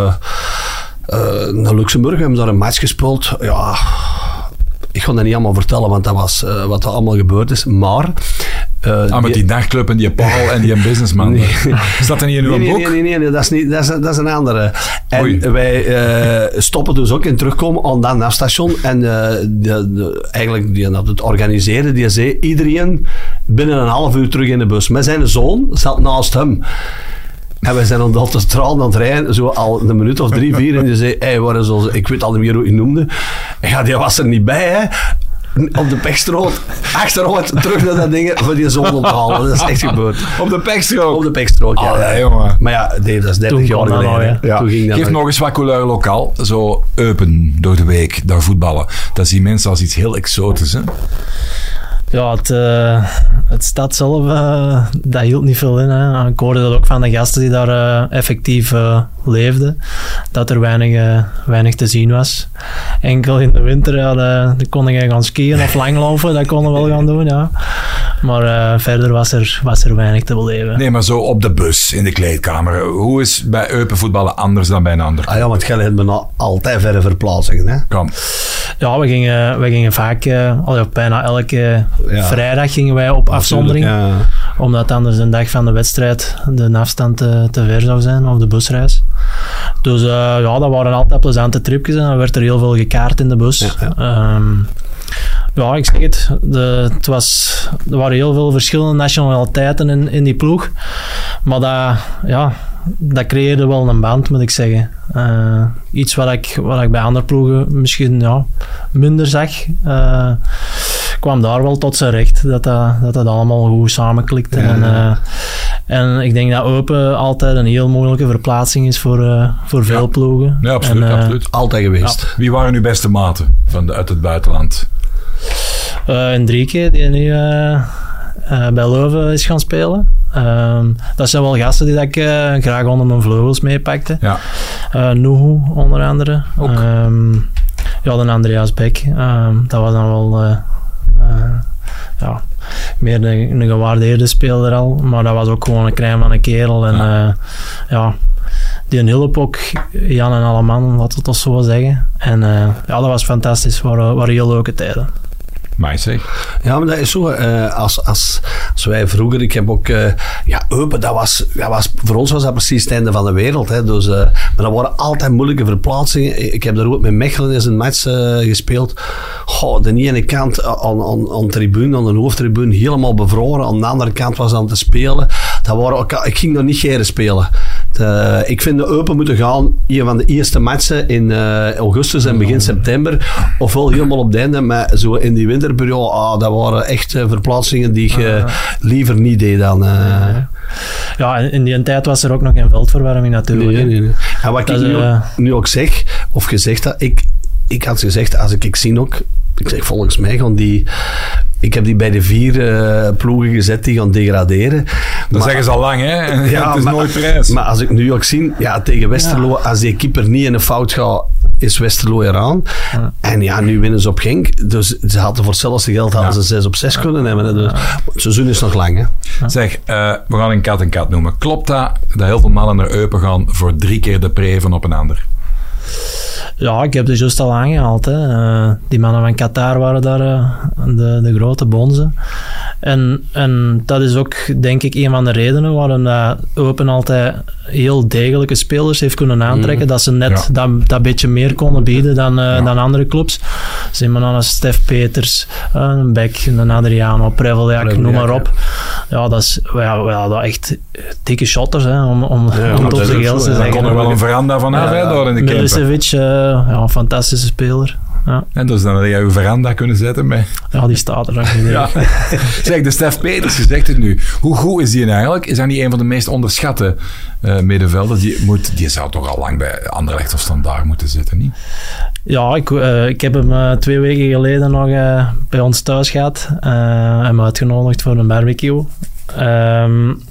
Luxemburg. We hebben daar een match gespeeld. Ja, ik ga dat niet allemaal vertellen, want dat was wat er allemaal gebeurd is. Maar... met die nachtclub en die Paul en die businessman. Nee. Is dat dan niet in uw boek? Nee, dat is een andere. En wij stoppen dus ook in terugkomen aan dat NAF-station. En eigenlijk die dat het organiseerde, die zei iedereen binnen een half uur terug in de bus. Met zijn zoon zat naast hem. En wij zijn op de straal aan het rijden, zo al een minuut of 3, 4. En die zei, waar is onze... Ik weet al niet meer hoe je noemde. Ja, die was er niet bij, hè. Op de Pechstroot, achteruit, terug naar dat ding voor die zon op te halen. Dat is echt gebeurd. Op de Pechstroot? Op de Pechstroot, ja. Ja, jongen. Maar ja, Dave, dat is 30 jaar geleden. Ja. Geef nog eens wat couleur lokaal. Zo Eupen door de week, daar voetballen. Dat zien mensen als iets heel exotisch, hè? Ja, het stad zelf, dat hield niet veel in. Hè. Ik hoorde dat ook van de gasten die daar effectief leefden. Dat er weinig te zien was. Enkel in de winter, dan kon je gaan skiën of langlopen. Dat konden we wel gaan doen, ja. Maar verder was er weinig te beleven. Nee, maar zo op de bus, in de kleedkamer. Hoe is bij Eupen voetballen anders dan bij een ander? Ja, want jij hebt me altijd verre verplaatsingen, hè? Kom. Ja, we gingen vaak, bijna elke vrijdag gingen wij op afzondering. Ja. Omdat anders de dag van de wedstrijd de afstand te ver zou zijn, of de busreis. Dus dat waren altijd plezante tripjes en dan werd er heel veel gekaart in de bus. Ja, ik zeg het. Er waren heel veel verschillende nationaliteiten in die ploeg. Maar dat creëerde wel een band, moet ik zeggen. Iets wat ik bij andere ploegen misschien minder zag. Kwam daar wel tot zijn recht. Dat allemaal goed samenklikte. Ja. En ik denk dat Eupen altijd een heel moeilijke verplaatsing is voor veel ploegen. Ja, absoluut. Absoluut. Altijd geweest. Ja. Wie waren uw beste maten uit het buitenland? Enrique, die nu bij Leuven is gaan spelen. Dat zijn wel gasten die ik graag onder mijn vleugels meepakte. Ja. Nuhu onder andere. De Andreas Beck. Dat was dan wel meer een gewaardeerde speler al. Maar dat was ook gewoon een crème van een kerel. En die hielp ook Jan en Alleman, laten we het toch zo zeggen. En dat was fantastisch. Waren heel leuke tijden. Maar zeg. Ja, maar dat is zo. Als wij vroeger, ik heb ook... Eupen, dat was... Voor ons was dat precies het einde van de wereld. Hè, dus, maar dat waren altijd moeilijke verplaatsingen. Ik heb daar ook met Mechelen eens een match gespeeld. De ene kant aan tribune, aan de hoofdtribune, helemaal bevroren. Aan de andere kant was aan te spelen. Ik ging nog niet geren spelen. Ik vind de Eupen moeten gaan, een van de eerste matchen in augustus en begin september, ofwel helemaal op het einde, maar zo in die winterperiode, dat waren echt verplaatsingen die je liever niet deed dan. Ja, in die tijd was er ook nog geen veldverwarming natuurlijk. Nee. En wat ik nu ook zeg, of gezegd had, ik had gezegd, als ik zie ook, ik zeg volgens mij gaan die... Ik heb die bij de 4 ploegen gezet die gaan degraderen. Dat zeggen ze al lang, hè? Ja, het is nooit prijs. Maar als ik nu ook zie, tegen Westerlo, als die keeper niet in een fout gaat, is Westerlo eraan. Ja. En nu winnen ze op Genk. Dus ze hadden voor hetzelfde geld ze 6 op 6 kunnen hebben. Dus het seizoen is nog lang, hè? Ja. Zeg, we gaan een kat en kat noemen. Klopt dat heel veel mannen naar Eupen gaan voor 3 keer de preven op een ander? Ja, ik heb het juist al aangehaald. Hè. Die mannen van Qatar waren daar de grote bonzen. En dat is ook, denk ik, een van de redenen waarom Eupen altijd heel degelijke spelers heeft kunnen aantrekken. Dat ze net dat beetje meer konden bieden dan andere clubs. Zijn maar dan Stef Peters, een Beck, een Adriano, Preveljak, noem maar op. Ja, dat is dat echt dikke shotters, hè, om het op zijn geld te zeggen. Er kon er wel een veranda van af, door in de Kempen. Milicevic, een fantastische speler. Ja. En dus dan had jij uw veranda kunnen zetten met... Ja, die staat er nog niet. Ja. Zeg, de Stef Peters, je zegt het nu. Hoe goed is die eigenlijk? Is dat niet een van de meest onderschatte middenvelders? Die zou toch al lang bij Anderlecht of Standaard moeten zitten, niet? Ja, ik heb hem 2 weken geleden nog bij ons thuis gehad. Hem uitgenodigd voor een barbecue.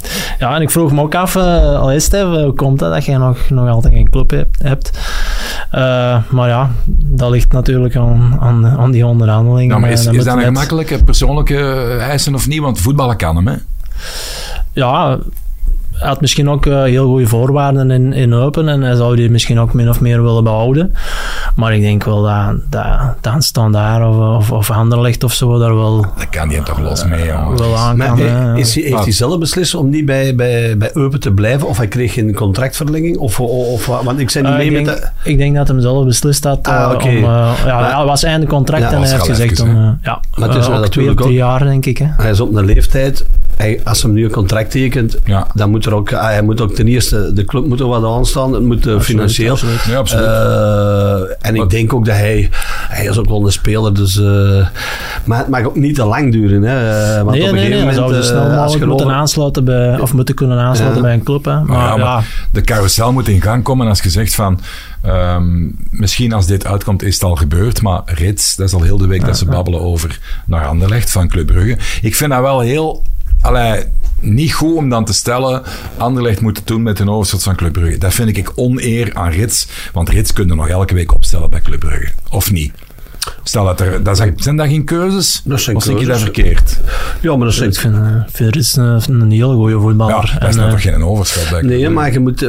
En ik vroeg me ook af, Stef, hoe komt dat jij nog altijd geen club hebt? Maar ja, dat ligt natuurlijk aan die onderhandelingen. Nou, maar is dat een gemakkelijke persoonlijke eisen of niet? Want voetballen kan hem, hè? Ja, hij had misschien ook heel goede voorwaarden in Eupen en hij zou die misschien ook min of meer willen behouden. Maar ik denk wel dat een Standaard of Anderlecht of zo daar wel... Dat kan hij toch los mee, jongen. Wel aan maar kan, heeft hij zelf beslist om niet bij Eupen te blijven? Of hij kreeg geen contractverlenging? Of want ik zei niet mee met de... Ik denk dat hij zelf beslist had om... hij was einde contract en hij heeft gezegd om... maar het is ook natuurlijk 2 of 3 jaar, denk ik. Hè. Hij is op een leeftijd... Als hij nu een contract tekent, dan moet er ook... Hij moet ook ten eerste... De club moet er wat aanstaan. Het moet financieel... Absoluut. Ja, absoluut. En ik denk ook dat hij is ook wel een speler, dus... maar het mag ook niet te lang duren, hè. Want op een gegeven moment... zou snel mogelijk moeten aansluiten bij... Of moeten kunnen aansluiten bij een club, hè. Maar de carousel moet in gang komen. En als je zegt van... misschien als dit uitkomt is het al gebeurd, maar Rits, dat is al heel de week dat ze babbelen over naar Anderlecht van Club Brugge. Ik vind dat wel heel... niet goed om dan te stellen Anderlecht moet het doen met een overschot van Club Brugge. Dat vind ik oneer aan Rits, want Rits kun je nog elke week opstellen bij Club Brugge. Of niet? Stel zijn dat geen keuzes? Dat zijn of keuzes. Zie ik dat verkeerd? Ja, maar dat Ik vind Rits een heel goede voetballer. Ja, dat is toch geen overschot bij Club Nee, Brugge? maar je moet...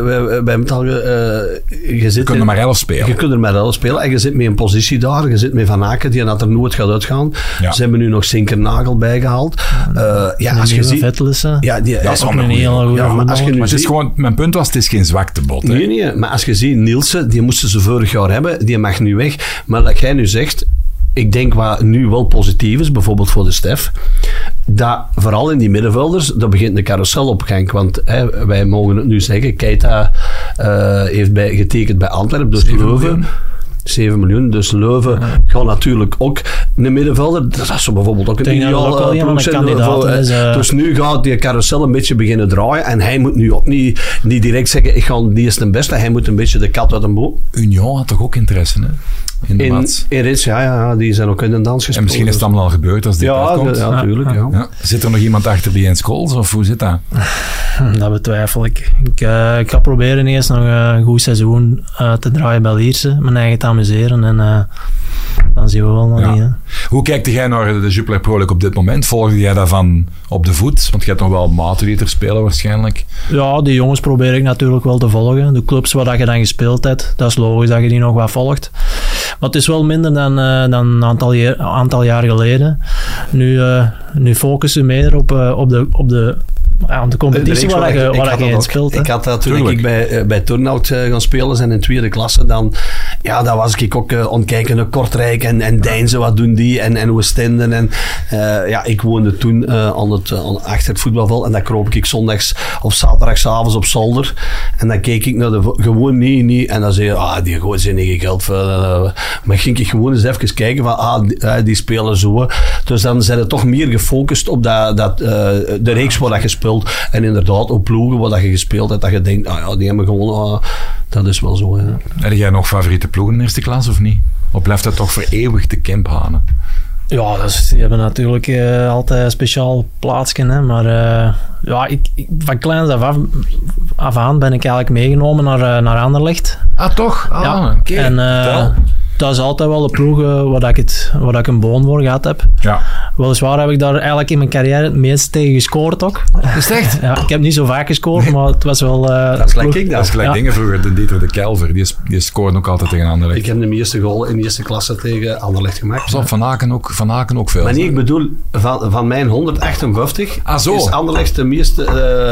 Je kunt er maar 11 spelen. Je kunt er maar 11 spelen en je zit met een positie daar. Je zit met Van Aken, die dat er nooit gaat uitgaan. Ja. Ze hebben nu nog Sinkernagel bijgehaald. Als je ziet... Vettelissen. Ja, dat is ook een hele goede maar als je nu maar het is gewoon, mijn punt was, het is geen zwaktebod. Hè? Nee, maar als je ziet, Nielsen, die moesten ze vorig jaar hebben, die mag nu weg. Maar dat jij nu zegt, ik denk wat nu wel positief is, bijvoorbeeld voor de Stef, dat vooral in die middenvelders, dat begint de carousel op gang. Want wij mogen het nu zeggen, Keita heeft getekend bij Antwerpen, dus Leuven. 7 miljoen, dus Leuven gaat natuurlijk ook een middenvelder. Dat is zo bijvoorbeeld ook een ideale ploeg zijn. Dus nu gaat die carousel een beetje beginnen draaien en hij moet nu ook niet direct zeggen, ik ga die is de beste. Hij moet een beetje de kat uit de boom. Union had toch ook interesse, hè? In Rits, ja, die zijn ook in de dans gespeeld. En misschien is het allemaal al gebeurd als dit uitkomt. Ja, natuurlijk. Ja. Zit er nog iemand achter die Jens Kools, of hoe zit dat? Dat betwijfel ik. Ik ga proberen eerst nog een goed seizoen te draaien bij Lierse, mijn eigen te amuseren en dan zien we wel nog niet. Hè. Hoe kijkt jij naar de Jupiler Pro League op dit moment? Volgde jij daarvan op de voet? Want je hebt nog wel maten die er spelen waarschijnlijk. Ja, die jongens probeer ik natuurlijk wel te volgen. De clubs waar je dan gespeeld hebt, dat is logisch dat je die nog wat volgt. Maar het is wel minder dan een aantal jaar geleden. Nu focussen we meer op de competitie waar je in speelt. Ik had dat toen ik bij Turnhout gaan spelen zijn in tweede klasse, dan was ik ook ontkijken naar Kortrijk en Deinzen, wat doen die en Oostende. En ik woonde toen achter het voetbalveld en dan kroop ik zondags of zaterdagavond op zolder en dan keek ik naar gewoon niet en dan zei je, die gooit zinnige geld voor. Maar ging ik gewoon eens even kijken van, die spelen zo. Dus dan zijn het toch meer gefocust op de reeks waar dat je speelt. En inderdaad op ploegen waar je gespeeld hebt, dat je denkt, die hebben gewoon... dat is wel zo. Ja. Heb jij nog favoriete ploegen in eerste klas of niet? Of blijft dat toch voor eeuwig de Kemphanen? Ja, die hebben natuurlijk altijd een speciaal plaatsje. Hè, maar van kleins af aan ben ik eigenlijk meegenomen naar Anderlecht. Ah, toch? Ja. Okay. En dat is altijd wel de ploeg waar ik een boon voor gehad heb. Ja. Weliswaar heb ik daar eigenlijk in mijn carrière het meest tegen gescoord ook. Is het echt? Ja, ik heb niet zo vaak gescoord, maar het was wel... dat is gelijk ik dat. Dat is gelijk dingen vroeger. De Dieter de Kelver, die scoorde ook altijd tegen Anderlecht. Ik heb de meeste goal in de eerste klasse tegen Anderlecht gemaakt. Zo, Van Aken ook veel. Maar nee, ik bedoel, van mijn 158 is Anderlecht de meeste...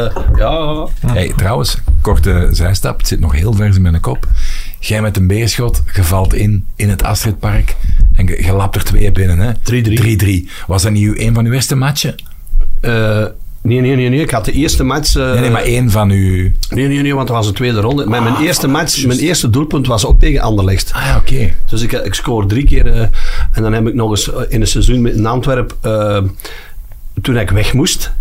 Hey, trouwens, korte zijstap, het zit nog heel vers in mijn kop. Jij met een beerschot, je valt in het Astridpark en je lapt er 2 binnen. Hè? 3-3. Was dat niet een van uw eerste matchen? Nee. Ik had de eerste match... Nee, maar 1 van uw... Nee, want dat was de tweede ronde. Maar mijn eerste match, mijn eerste doelpunt was ook tegen Anderlecht. Ah ja, oké. Dus ik scoor 3 keer. En dan heb ik nog eens in een seizoen in Antwerpen... toen ik weg moest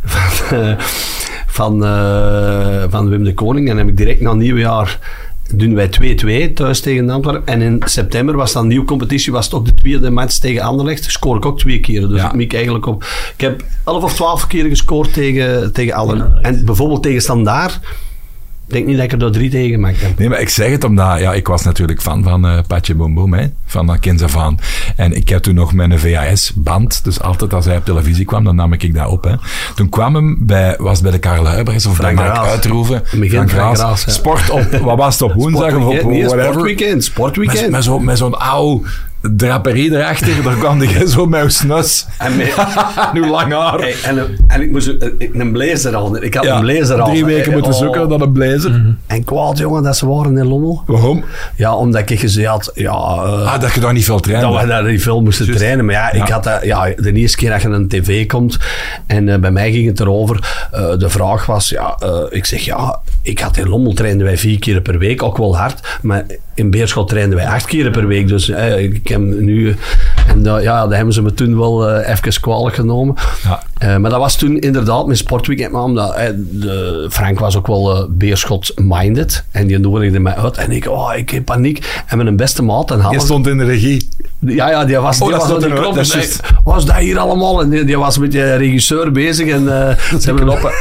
van Wim de Koning, dan heb ik direct na nieuwjaar... doen wij 2-2 thuis tegen Antwerpen. En in september was dan een nieuwe competitie, was het ook de tweede match tegen Anderlecht. Scoor ik ook 2 keer. Dus ik miek eigenlijk op... Ik heb 11 of 12 keer gescoord tegen Anderlecht. En bijvoorbeeld tegen Standaard Ik denk niet dat ik er 3 tegen gemaakt heb. Nee, maar ik zeg het omdat... Ja, ik was natuurlijk fan van Patje Boom Boom, hè, van kinds af aan. En ik heb toen nog mijn VHS-band, dus altijd als hij op televisie kwam, dan nam ik dat op. Hè. Toen kwam hem was het bij de Karel Huibrechts of bij Mark Uitroeven. Frank Graas, ja. Sport op, wat was het, op woensdag of op whatever? Sportweekend. Met zo'n oude draperie erachter, daar kwam hij zo met een snus. En nu lang haar. Hey, en ik moest een blazer aan. Ik had een blazer aan. 3 weken moeten zoeken naar een blazer. En kwaad, jongen, dat ze waren in Lommel. Waarom? Ja, omdat ik gezegd had... dat je daar niet veel trainde. Dat we daar niet veel moesten trainen. Maar ja, ik had dat... Ja, de eerste keer dat je een tv komt en bij mij ging het erover. De vraag was, ik zeg, ik had in Lommel trainden wij 4 keer per week, ook wel hard. Maar in Beerschot trainden wij 8 keer per week. Dus ik heb nu... En dat hebben ze me toen wel even kwalijk genomen. Ja. Maar dat was toen inderdaad mijn sportweekend. Maar omdat Frank was ook wel Beerschot-minded. En die nodigde mij uit. En ik heb paniek. En mijn beste maat... Je stond in de regie. Ja, die was aan de knop. Was dat hier allemaal? En die was met de regisseur bezig. En ze hebben op...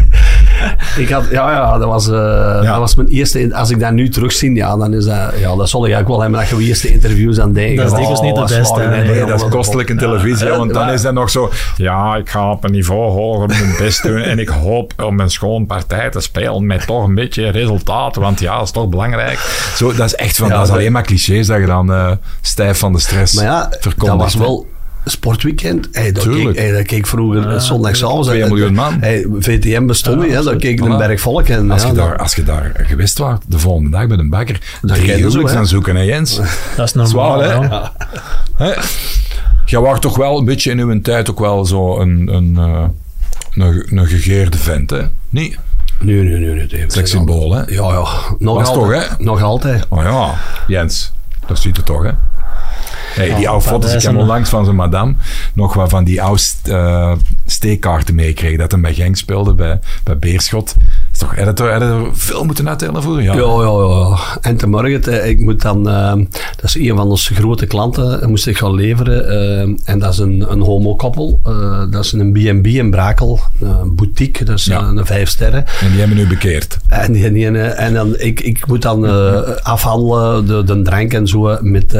dat was mijn eerste... Als ik dat nu terugzie, dan is dat... Ja, dat zal ik ook wel hebben, dat je eerste interviews aan denken. Dat is dikwijls niet de beste. Nee, dat is kostelijk in televisie, want dan is dat nog zo... Ja, ik ga op een niveau hoger mijn best doen en ik hoop om een schoon partij te spelen met toch een beetje resultaat, want ja, dat is toch belangrijk. Zo, dat is echt van... dat is alleen maar clichés dat je dan stijf van de stress verkondigt. Dat was wel... Sportweekend, dat keek vroeger zondagavond. 2 miljoen man. VTM bestond niet, dat keek een berg volk. En, als je daar geweest was, de volgende dag bij een bakker, 3 huwelijks aan zoeken, hè Jens? Dat is normaal, hè? Ja. Je was toch wel een beetje in uw tijd ook wel zo een gegeerde vent, hè? Nee. Nee. Sekssymbool, hè? Ja. Nog altijd. Toch, hè? Nog altijd. Oh ja, Jens, dat ziet het toch, hè? Hey, die oude foto's, ik heb onlangs van zijn madame nog wat van die oude steekkaarten meekregen dat hij bij Genk speelde, bij Beerschot. Heb je er veel moeten uitdelen voor? Ja. En vanmorgen, ik moet dan... dat is een van onze grote klanten, moest ik gaan leveren. En dat is een homokoppel. Dat is een B&B in Brakel. Een boutique, dat is een 5 sterren. En die hebben nu bekeerd. En dan, ik moet dan afhandelen, de drank en zo, met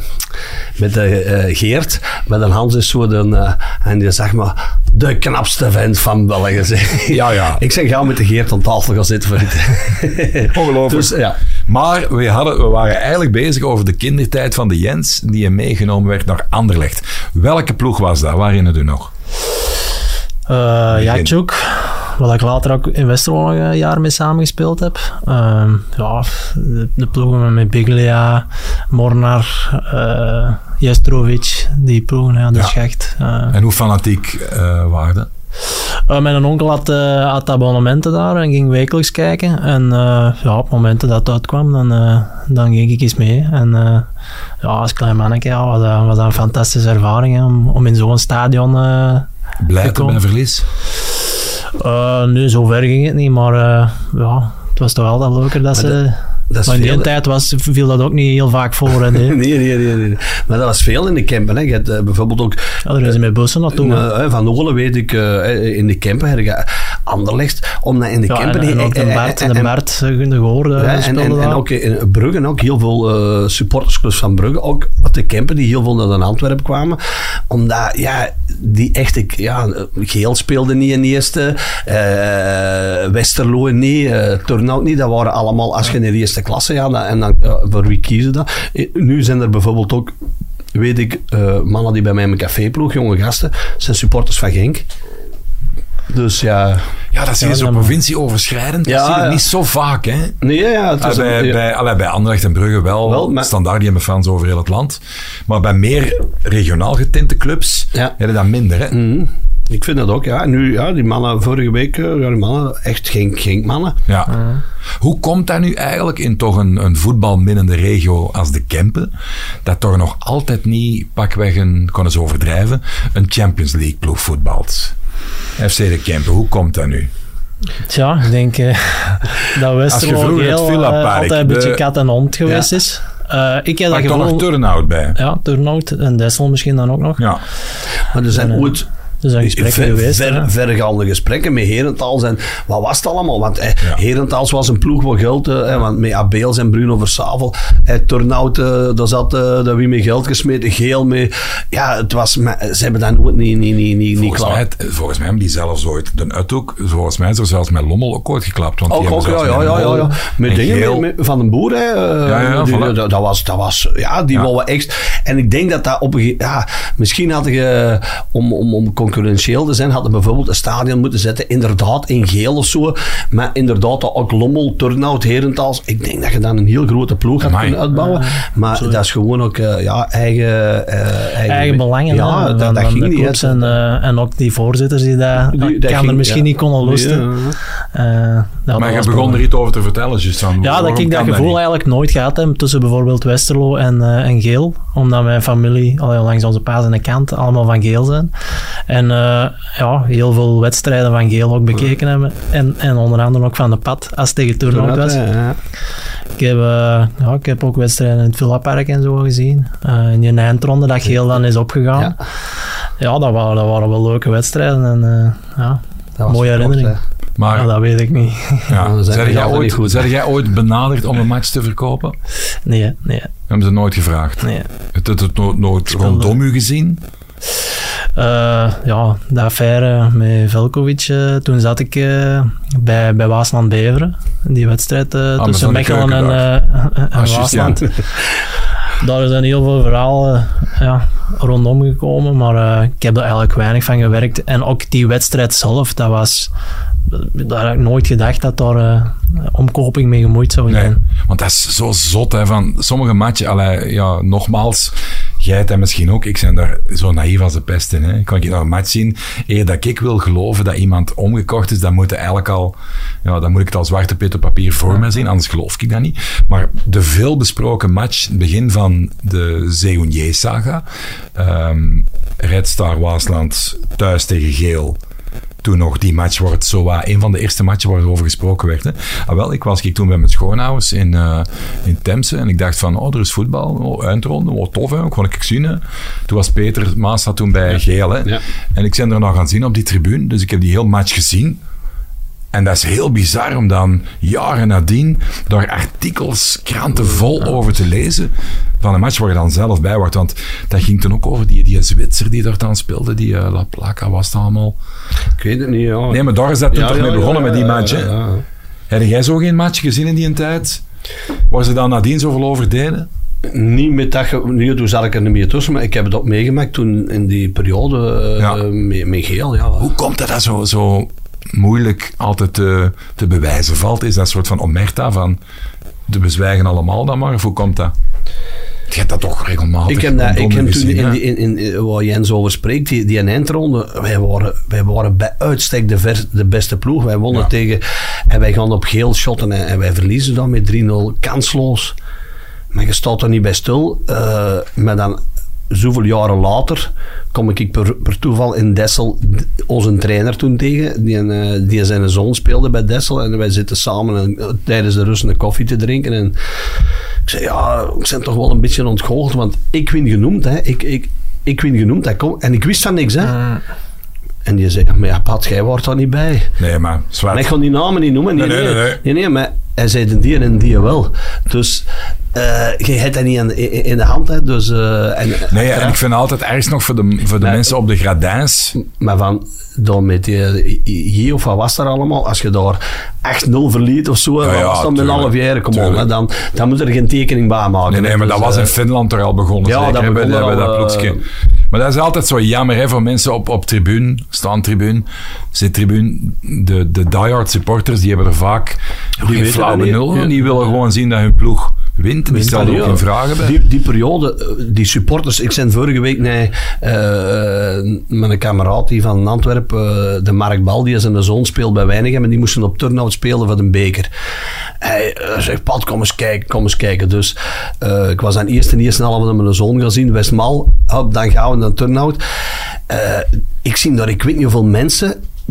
Geert. Met een Hans is zo en die zegt maar, de knapste vent van België. Ja. Ik zeg, ga met de Geert aan tafel gaan zitten. Ongelooflijk. Dus, ja. Maar we waren eigenlijk bezig over de kindertijd van de Jens, die meegenomen werd naar Anderlecht. Welke ploeg was dat? Waar herinnert u nog? Jatjoek, waar ik later ook in Westerlo een jaar mee samengespeeld heb. De ploegen met Biglia, Mornar, Jestrovic, die ploegen, dat is echt. En hoe fanatiek waren dat? Mijn onkel had abonnementen daar en ging wekelijks kijken. En op momenten dat het uitkwam, dan ging ik eens mee. En als klein manneke was dat een fantastische ervaring, hè, om in zo'n stadion blij te bij verlies? Nu, zo ver ging het niet, maar het was toch altijd leuker dat ze... Maar in die tijd viel dat ook niet heel vaak voor. Nee. Maar dat was veel in de Kempen. Hè. Je hebt bijvoorbeeld ook... er is met bussen naartoe. Van Olen weet ik, in de Kempen, Anderlecht, omdat in de Kempen... En ook de Bart, de Goorde. En ook in Brugge, ook heel veel supportersclubs van Brugge, ook uit de Kempen, die heel veel naar de Antwerpen kwamen. Omdat, die echte... Geel speelde niet in de eerste, Westerlo niet, Turnhout niet. Dat waren allemaal, als je in de eerste klasse, en dan voor wie kiezen dat? Nu zijn er bijvoorbeeld ook, weet ik, mannen die bij mij in mijn caféploeg, jonge gasten, zijn supporters van Genk. Dus ja... Ja, dat zie je zo provincieoverschrijdend. Dat zie je niet zo vaak, hè? Nee, het is bij Anderlecht en Brugge wel maar, standaard, die hebben fans over heel het land. Maar bij meer regionaal getinte clubs heb je dat minder, hè? Mm. Ik vind dat ook, ja. Nu, die mannen vorige week, die mannen, echt geen mannen. Ja. Hoe komt dat nu eigenlijk in toch een voetbalminnende regio als de Kempen, dat toch nog altijd niet, pakweg kon eens overdrijven, een Champions League ploeg voetbalt? FC de Kempen, hoe komt dat nu? Tja, ik denk dat Westerlo altijd een beetje kat en hond geweest is. Ik heb daar nog Turnhout bij. Ja, Turnhout en Dessel misschien dan ook nog. Ja. Maar er zijn ooit Dus een gesprek geweest. Vergaande gesprekken met Herentals en wat was het allemaal? Want Herentals was een ploeg wat geld, want met Abeels en Bruno Versavel, Turnhout, daar zat dat wie met geld gesmeten, Geel mee. Ja, het was, ze hebben dat nooit niet klaar. Volgens mij hebben die zelfs ooit de uithoek, volgens mij is er zelfs met Lommel ook ooit geklapt. Want ja. Met dingen van den Boer, dat was die wou extra. En ik denk dat op een misschien had je, om concurrentieel te zijn, hadden bijvoorbeeld een stadion moeten zetten, inderdaad in Geel of zo, maar inderdaad ook Lommel, Turnhout, Herentals. Ik denk dat je dan een heel grote ploeg had kunnen uitbouwen, maar dat is gewoon ook eigen belangen. Ja, dat ging niet. En ook die voorzitters die dat misschien niet konden lusten. Maar je begon er iets over te vertellen, juist van. Ja, dat ik dat gevoel eigenlijk nooit gehad heb tussen bijvoorbeeld Westerlo en Geel, omdat mijn familie langs onze paas en de kant allemaal van Geel zijn. En heel veel wedstrijden van Geel ook bekeken hebben. En onder andere ook van de Pad, als het tegen Turnhout was. Ja. Ik heb ook wedstrijden in het Villapark en zo gezien. In die eindronde dat Geel dan is opgegaan. Ja, dat waren wel leuke wedstrijden. En mooie herinnering. Maar dat weet ik niet. Ja. Zijn jij ooit benaderd om een match te verkopen? Nee. Hebben ze nooit gevraagd? Nee. Het nooit rondom u gezien? De affaire met Velkovic, toen zat ik bij Waasland Beveren, die wedstrijd tussen Mechelen en Waasland. Daar zijn heel veel verhalen rondom gekomen, maar ik heb er eigenlijk weinig van gewerkt. En ook die wedstrijd zelf, daar heb ik nooit gedacht dat daar omkoping mee gemoeid zou zijn. Nee, want dat is zo zot, hè, van sommige matchen, nogmaals, jij het en misschien ook, ik ben daar zo naïef als de pest in. Hè. Kan ik naar een match zien, eer dat ik wil geloven dat iemand omgekocht is, dan moet het eigenlijk dan moet ik het al zwarte pit op papier voor mij zien, anders geloof ik dat niet. Maar de veelbesproken match, het begin van de Zeehounier-saga, Red Star Waasland thuis tegen Geel. Toen nog die match wordt een van de eerste matchen waar er over gesproken werd. Hè. Ik was toen bij mijn schoonouders in Temse en ik dacht van, er is voetbal, eindronde, tof, hè, kon ik zien. Hè. Toen was Peter Maas toen bij Geel. Hè. Ja. En ik ben er nog gaan zien op die tribune, dus ik heb die heel match gezien. En dat is heel bizar om dan jaren nadien daar artikels, kranten vol over te lezen van een match waar je dan zelf bij wordt. Want dat ging toen ook over die Zwitser die daar dan speelde, die La Placa was het allemaal. Ik weet het niet, ja. Nee, maar daar is dat toen toch mee begonnen met die match. Ja. Heb jij zo geen match gezien in die tijd? Waar ze dan nadien zoveel over deden? Niet met dat... toen zat ik er niet meer tussen, maar ik heb het ook meegemaakt toen in die periode met Geel. Ja. Hoe komt dat zo moeilijk altijd te bewijzen valt? Is dat een soort van omerta van de bezwijgen allemaal dan maar? Of hoe komt dat? Je hebt dat toch regelmatig Ik heb toen in waar Jens over spreekt, die eindronde, wij waren bij uitstek de beste ploeg. Wij wonnen tegen en wij gaan op Geel shotten en wij verliezen dan met 3-0 kansloos. Maar je staat er niet bij stil. Maar dan zoveel jaren later kom ik per toeval in Dessel onze trainer toen tegen, die zijn zoon speelde bij Dessel en wij zitten samen tijdens de rust een koffie te drinken en ik zei, ik ben toch wel een beetje ontgoocheld, want ik win genoemd, hè. Ik win genoemd, en ik wist van niks, hè. En die zei, maar Pat, jij wordt daar niet bij. Nee, maar zwart. Maar ik ga die namen niet noemen. Nee, maar hij zei die en die wel. Dus je hebt dat niet in de hand. Hè. Dus, en ik vind altijd ergens nog voor de mensen op de gradijns. Maar dan met hier of wat was er allemaal? Als je daar 8-0 verliet of zo, was dan met een half jaar, dan moet er geen tekening bij maken. Nee, maar dat was in Finland er al begonnen. Ja, zeker, dat begon bij dat ploegje. Maar dat is altijd zo jammer hè, voor mensen op tribune, staantribune, zittribune. De diehard supporters, die hebben er vaak geen flauwe nul. Die willen gewoon zien dat hun ploeg wint. Die stellen ook geen vragen bij. Die periode, die supporters, ik ben vorige week met een kameraad die van Antwerpen, de Mark Bal, die zijn zoon speelt bij Weinigem en die moesten op Turnhout spelen voor de beker. Hij zegt, Pat, kom eens kijken. Dus ik was aan eerste halve met mijn zoon gaan zien, Westmal, dan gaan we naar Turnhout. Ik zie daar, ik weet niet hoeveel mensen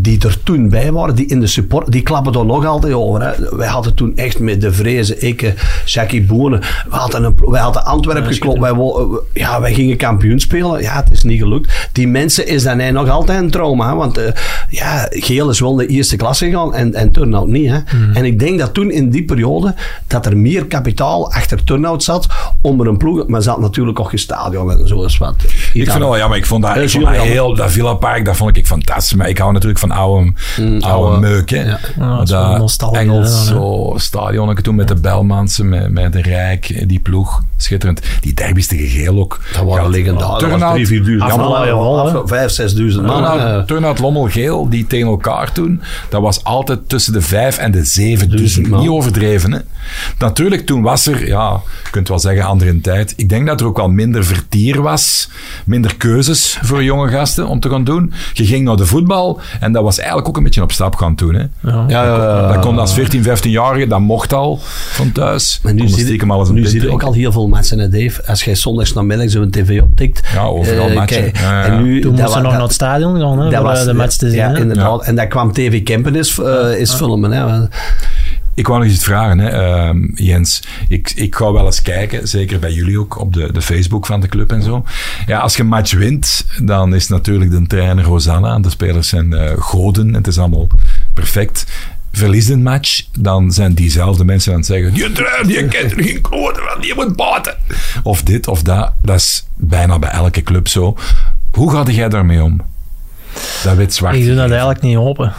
die er toen bij waren, die in de support, die klappen er nog altijd over. Hè. Wij hadden toen echt met De Vrezen, ik, Jackie Bonen, wij hadden Antwerpen geklopt. Wij gingen kampioen spelen. Ja, het is niet gelukt. Die mensen is dan nog altijd een trauma. Hè, want Geel is wel de eerste klasse gegaan en Turnhout niet. Hè. En ik denk dat toen in die periode dat er meer kapitaal achter Turnhout zat om er een ploeg... Maar ze had natuurlijk ook geen stadion en zo is wat. Ik vind wel jammer. Ik vond dat heel... Dat Villa Park, dat vond ik fantastisch. Maar ik hou natuurlijk van oude meuk. Hè. Ja. Dat Engels zo stadionnetje toen met de Belmanse, met de Rijk, die ploeg. Schitterend. Die derbies tegen Geel ook. Dat waren legendarisch. Turnhout, 5.000, 6.000 man. Turnhout, Lommel, Geel, die tegen elkaar toen, dat was altijd tussen de 5.000 en de 7.000. Niet overdreven. Hè. Natuurlijk, toen was er, je kunt wel zeggen, andere tijd. Ik denk dat er ook wel minder vertier was. Minder keuzes voor jonge gasten om te gaan doen. Je ging naar de voetbal en dat was eigenlijk ook een beetje op stap gaan doen. Hè. Dat kon als 14, 15-jarige, dat mocht al van thuis. Maar nu zie je ook al heel veel mensen, hè, Dave. Als jij zondags namiddag zo'n tv optikt. Ja, overal matchen. En nu, toen moesten ze nog naar het stadion gaan, hè, voor de match te zien. Ja, inderdaad. En dat kwam TV Kempen is filmen. Hè. Ik wou nog iets vragen, hè, Jens. Ik ga wel eens kijken, zeker bij jullie ook, op de Facebook van de club en zo. Ja, als je een match wint, dan is natuurlijk de trainer Hosanna en de spelers zijn goden. Het is allemaal perfect. Verliest een match, dan zijn diezelfde mensen aan het zeggen, die trainer, die kent er geen kloten van, die moet baten. Of dit of dat. Dat is bijna bij elke club zo. Hoe ga jij daarmee om? Dat wit-zwart. Ik doe dat eigenlijk niet open.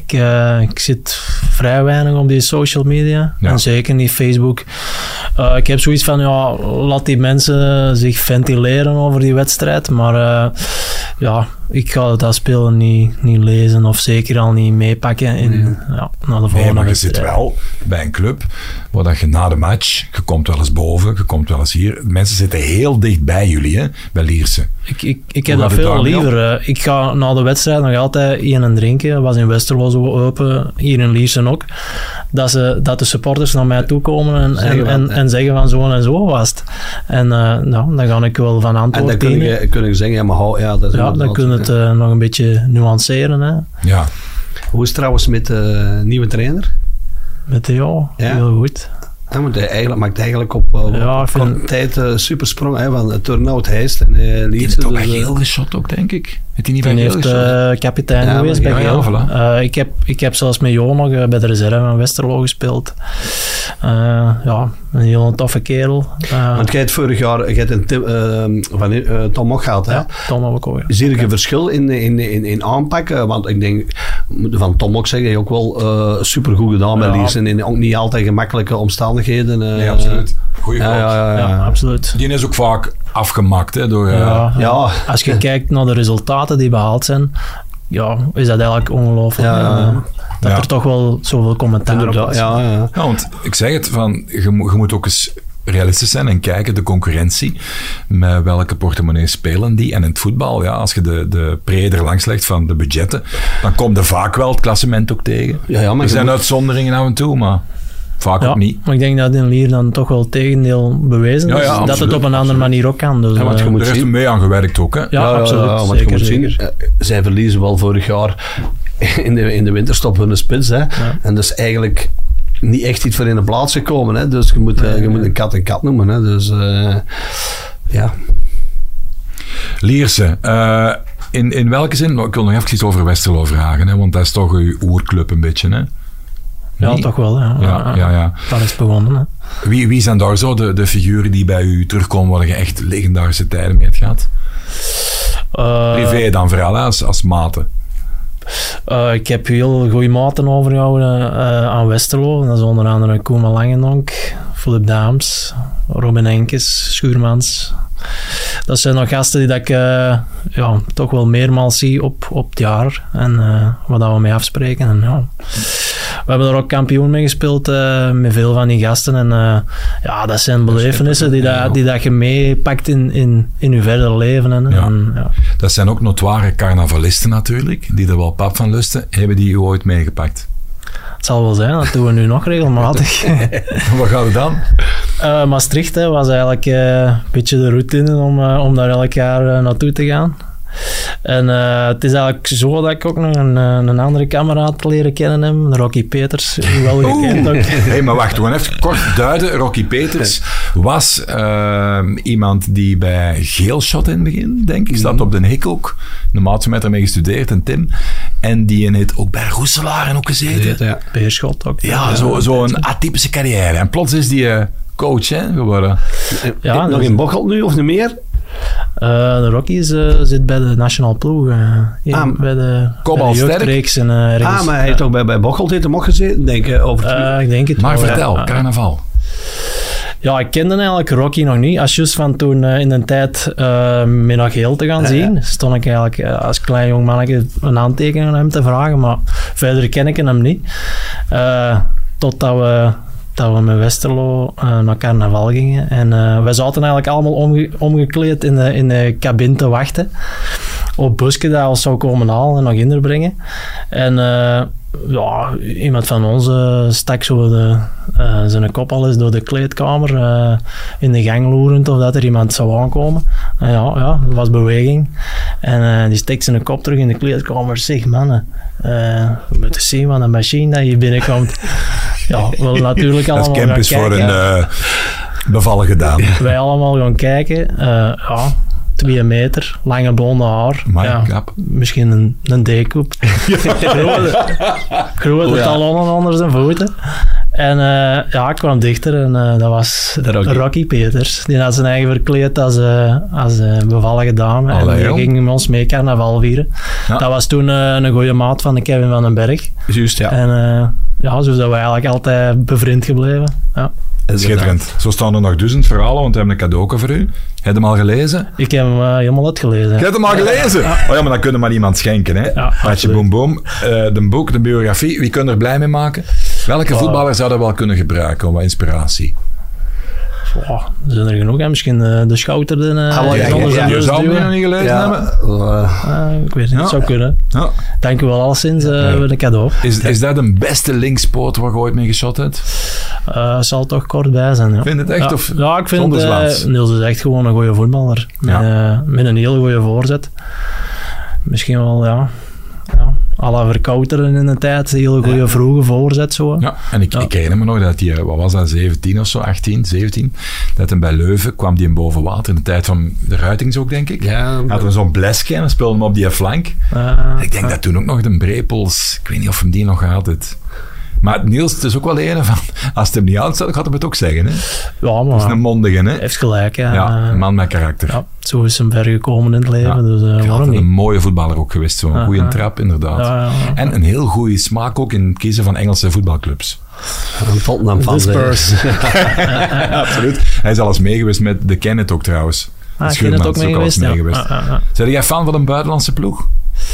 Ik zit vrij weinig op die social media. Ja. En zeker niet Facebook. Ik heb zoiets van, laat die mensen zich ventileren over die wedstrijd. Maar ik ga dat spelen niet lezen of zeker al niet meepakken naar de volgende wedstrijd. Maar je zit wel bij een club waar dat je na de match, je komt wel eens boven, je komt wel eens hier. Mensen zitten heel dicht bij jullie, hè, bij Lierse. Ik heb dat veel liever. Ik ga na de wedstrijd nog altijd eten drinken. Was in Westerlo zo open, hier in Lierse ook. Dat de supporters naar mij toe komen en zeggen van zo en zo was het. En dan ga ik wel van antwoord dienen. En dan kun je zeggen, dan kun je het nog een beetje nuanceren. Hè. Ja. Hoe is het trouwens met de nieuwe trainer? Met Theo, heel goed. Ja, maar maakt eigenlijk op tijd supersprong van Turnhout, Heist en Lierse. Die heeft ook bij Geel geschot ook, denk ik. Heeft hij niet bij Geel geschot? Kapitein geweest bij Geel. Voilà. Ik heb zelfs met Jo nog bij de reserve van Westerlo gespeeld. Een heel toffe kerel. Want jij hebt vorig jaar van Tom ook gehad, hè? Ja, Tom heb ik ook. Zie je een verschil in aanpak? Want ik denk, van Tom ook zeggen, je ook wel supergoed gedaan bij Lierse. En ook niet altijd gemakkelijke omstandigheden. Nee, absoluut. Goeie goal. Ja, absoluut. Die is ook vaak afgemakt, hè, door... Als je kijkt naar de resultaten die behaald zijn, is dat eigenlijk ongelooflijk. Dat er toch wel zoveel commentaar op is. Ja, want ik zeg het, je moet ook eens realistisch zijn en kijken, de concurrentie, met welke portemonnee spelen die. En in het voetbal, als je de pre er langs legt van de budgetten, dan komt er vaak wel het klassement ook tegen. Er zijn uitzonderingen af en toe, maar... Vaak ook niet. Maar ik denk dat in Lier dan toch wel het tegendeel bewezen is. Dat het op een andere manier ook kan. Dus, want je moet er is mee aan gewerkt ook. Hè? Ja, absoluut. Want je moet zien, zij verliezen wel vorig jaar in de winterstop hun spits. Hè? Ja. En dus eigenlijk niet echt iets voor in de plaats gekomen. Hè? Dus je moet een kat noemen. Hè? Dus Lierse, in welke zin? Ik wil nog even iets over Westerlo vragen. Hè? Want dat is toch uw oerclub een beetje, hè? Ja, toch wel. Ja. Dat is begonnen. Hè. Wie zijn daar zo de figuren die bij u terugkomen waar je echt legendarische tijden mee hebt gehad? Privé dan vooral, als maten. Ik heb heel goede maten overgehouden aan Westerlo. Dat is onder andere Koen Langendonk, Philip Daams, Robin Henkes, Schuurmans. Dat zijn nog gasten die ik toch wel meermaals zie op het jaar. En wat we mee afspreken. En, we hebben er ook kampioen mee gespeeld met veel van die gasten. En dat zijn belevenissen die dat je meepakt in je verder leven. En, Dat zijn ook notoire carnavalisten natuurlijk, die er wel pap van lusten. Hebben die u ooit meegepakt? Het zal wel zijn, dat doen we nu nog regelmatig. Wat gaat het dan? Maastricht was eigenlijk een beetje de routine om daar elk jaar naartoe te gaan. En het is eigenlijk zo dat ik ook nog een andere kameraad leren kennen heb, Rocky Peters. Wel gekend ook. Hey, maar wacht, we gaan even kort duiden. Rocky Peters was iemand die bij Geelshot in het begin, denk ik, staat op de hik ook. De maat met ermee gestudeerd, en Tim. En die heeft ook bij Roeselaar en ook gezeten. Ja. Beerschot ook. Ja, zo'n atypische carrière. En plots is die coach geworden. Ja, nog in Bocholt nu of niet meer? De Rocky zit bij de nationale ploeg. Bij de jeugdreeks. Maar hij heeft toch bij Bocholt hem ook gezeten, denk ik. Ik denk het maar wel, vertel, carnaval. Ja, ik kende eigenlijk Rocky nog niet. Als juist van toen in de tijd met nog heel te gaan zien, stond ik eigenlijk als klein jong mannetje een aantekening aan hem te vragen, maar verder ken ik hem niet. Totdat we met Westerlo naar carnaval gingen. En wij zaten eigenlijk allemaal omgekleed in de cabine te wachten op busje dat ons zou komen halen en nog inbrengen. En iemand van ons stak zo zijn kop al eens door de kleedkamer in de gang loerend of dat er iemand zou aankomen. En ja, dat was beweging. En die steekt zijn kop terug in de kleedkamer. Zeg, mannen, we moeten zien wat een machine dat hier binnenkomt. Ja, we willen natuurlijk allemaal gaan kijken. Dat is campus voor een bevallige dame. Wij allemaal gaan kijken. 2 meter, lange blonde haar. Misschien een D-koep. Grote tallonnen onder zijn voeten. En ik kwam dichter en dat was Rocky Peters. Die had zijn eigen verkleed als bevallige dame. Allee, en die ging met ons mee carnaval vieren. Ja. Dat was toen een goede maat van de Kevin van den Berg. Juist, ja. En zo zijn we eigenlijk altijd bevriend gebleven. Ja. Schitterend. Zo staan er nog 1000 verhalen, want we hebben een cadeau voor u. Heb je hem al gelezen? Ik heb hem helemaal uitgelezen. Je hebt hem al gelezen? Ja. Oh ja, maar dan kunnen we maar iemand schenken. Hè? Ja, Hartje boem boem. De boek, de biografie, wie kan er blij mee maken? Welke voetballer zou dat wel kunnen gebruiken om wat inspiratie? Er zijn er genoeg. Hè? Misschien de Schouter. Je zou hem nog niet gelezen hebben? Ik weet niet, het zou kunnen. Ja. Dank u wel alleszins voor de cadeau. Is dat de beste linkspoot waar je ooit mee geschot hebt? Zal toch kort bij zijn. Ja. Vind je het echt? Of ik vind Niels is echt gewoon een goede voetballer. Met een hele goede voorzet. Misschien wel, ja. à la Verkouteren in de tijd. Hele goede vroege voorzet. Zo. Ja, en ik herinner me nog dat hij, wat was dat, 17 of zo, 18, 17, dat hij bij Leuven kwam die in boven water in de tijd van de Ruitings ook, denk ik. Ja, had hij zo'n blesje en speelde hem op die flank. Ik denk dat toen ook nog de Brepels, ik weet niet of hem die nog gehad heeft. Maar Niels, het is ook wel een van... Als het hem niet uitstelt, gaat hij het ook zeggen. Hè? Ja, maar... Het is een mondige, hè? Heeft gelijk, ja. Ja, een man met karakter. Ja, zo is hem ver gekomen in het leven. Ja, dus waarom niet? Een mooie voetballer ook geweest. Zo'n goede trap, inderdaad. Ja. En een heel goede smaak ook in het kiezen van Engelse voetbalclubs. Een Tottenham van Spurs. Absoluut. Hij is al eens mee geweest met de Kenneth ook trouwens. Kenneth ook mee geweest. Zijn jij fan van een buitenlandse ploeg?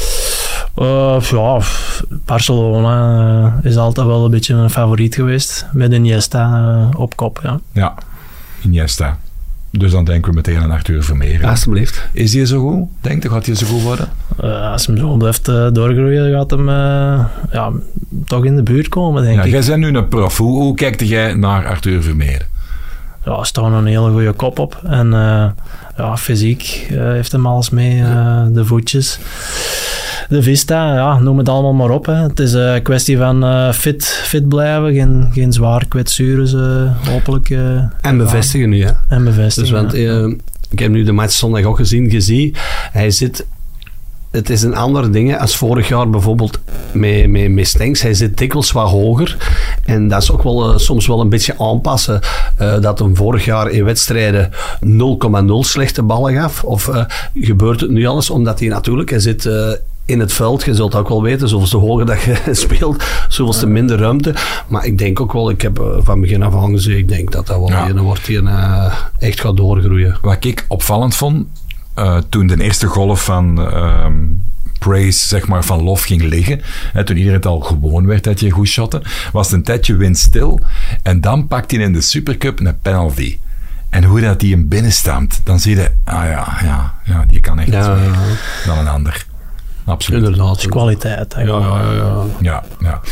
Barcelona is altijd wel een beetje een favoriet geweest. Met Iniesta op kop, Ja, Iniesta. Dus dan denken we meteen aan Arthur Vermeer. Alsjeblieft. Is hij zo goed? Denk je, gaat hij zo goed worden? Als hij zo blijft doorgroeien, gaat hem toch in de buurt komen, denk ik. Jij bent nu een prof. Hoe kijkt jij naar Arthur Vermeer? Ja, hij staat een hele goede kop op. En fysiek heeft hem alles mee. De voetjes. De Vista, noem het allemaal maar op. Hè. Het is een kwestie van fit blijven, geen zware kwetsures, hopelijk. En bevestigen nu, hè? En bevestigen, dus, ik heb nu de match zondag ook gezien. Hij zit... Het is een ander ding als vorig jaar bijvoorbeeld met Stenks. Hij zit dikwijls wat hoger. En dat is ook wel soms wel een beetje aanpassen. Dat hem vorig jaar in wedstrijden 0,0 slechte ballen gaf. Of gebeurt het nu alles? Omdat hij zit... in het veld, je zult ook wel weten, zoals de hoger dat je speelt, zoveel minder ruimte. Maar ik denk ook wel, ik heb van begin af aan gezegd, ik denk dat wel een wordt die echt gaat doorgroeien. Wat ik opvallend vond, toen de eerste golf van praise, zeg maar, van lof ging liggen, toen iedereen het al gewoon werd dat je goed shotte, was het een tijdje windstil en dan pakt hij in de Supercup een penalty. En hoe dat die hem binnenstamt, dan zie je, die kan echt iets meer dan een ander. Absoluut. Inderdaad. Dat is kwaliteit. Ja.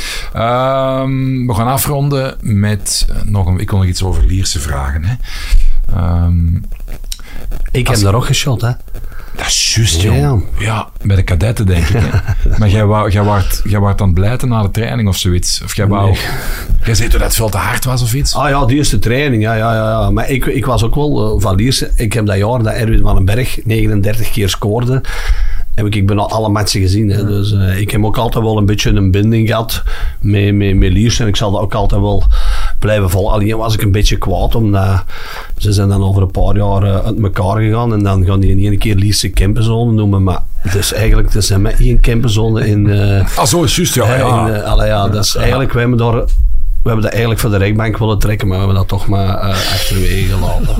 We gaan afronden met ik wil nog iets over Lierse vragen. Hè. Ik heb daar ook geshot, hè? Dat is juist, jong. Ja, bij de kadetten, denk ik. Hè. Maar jij waart aan het blijten na de training of zoiets. Of jij wou... Jij zei toen dat het veel te hard was of iets? Ah ja, die eerste training, ja. Maar ik was ook wel van Lierse. Ik heb dat jaar dat Erwin van den Berg 39 keer scoorde. Ik ben al alle matchen gezien. Hè. Dus ik heb ook altijd wel een beetje een binding gehad met Lierse. En ik zal dat ook altijd wel blijven volgen. Alleen was ik een beetje kwaad, omdat ze zijn dan over een paar jaar uit elkaar gegaan. En dan gaan die in één keer Lierse Kempenzone noemen. Maar dus eigenlijk, er zijn maar 1 Kempenzone in... zo is juist, ja. Dat is eigenlijk, we hebben dat eigenlijk voor de rechtbank willen trekken, maar we hebben dat toch maar achterwege gelaten.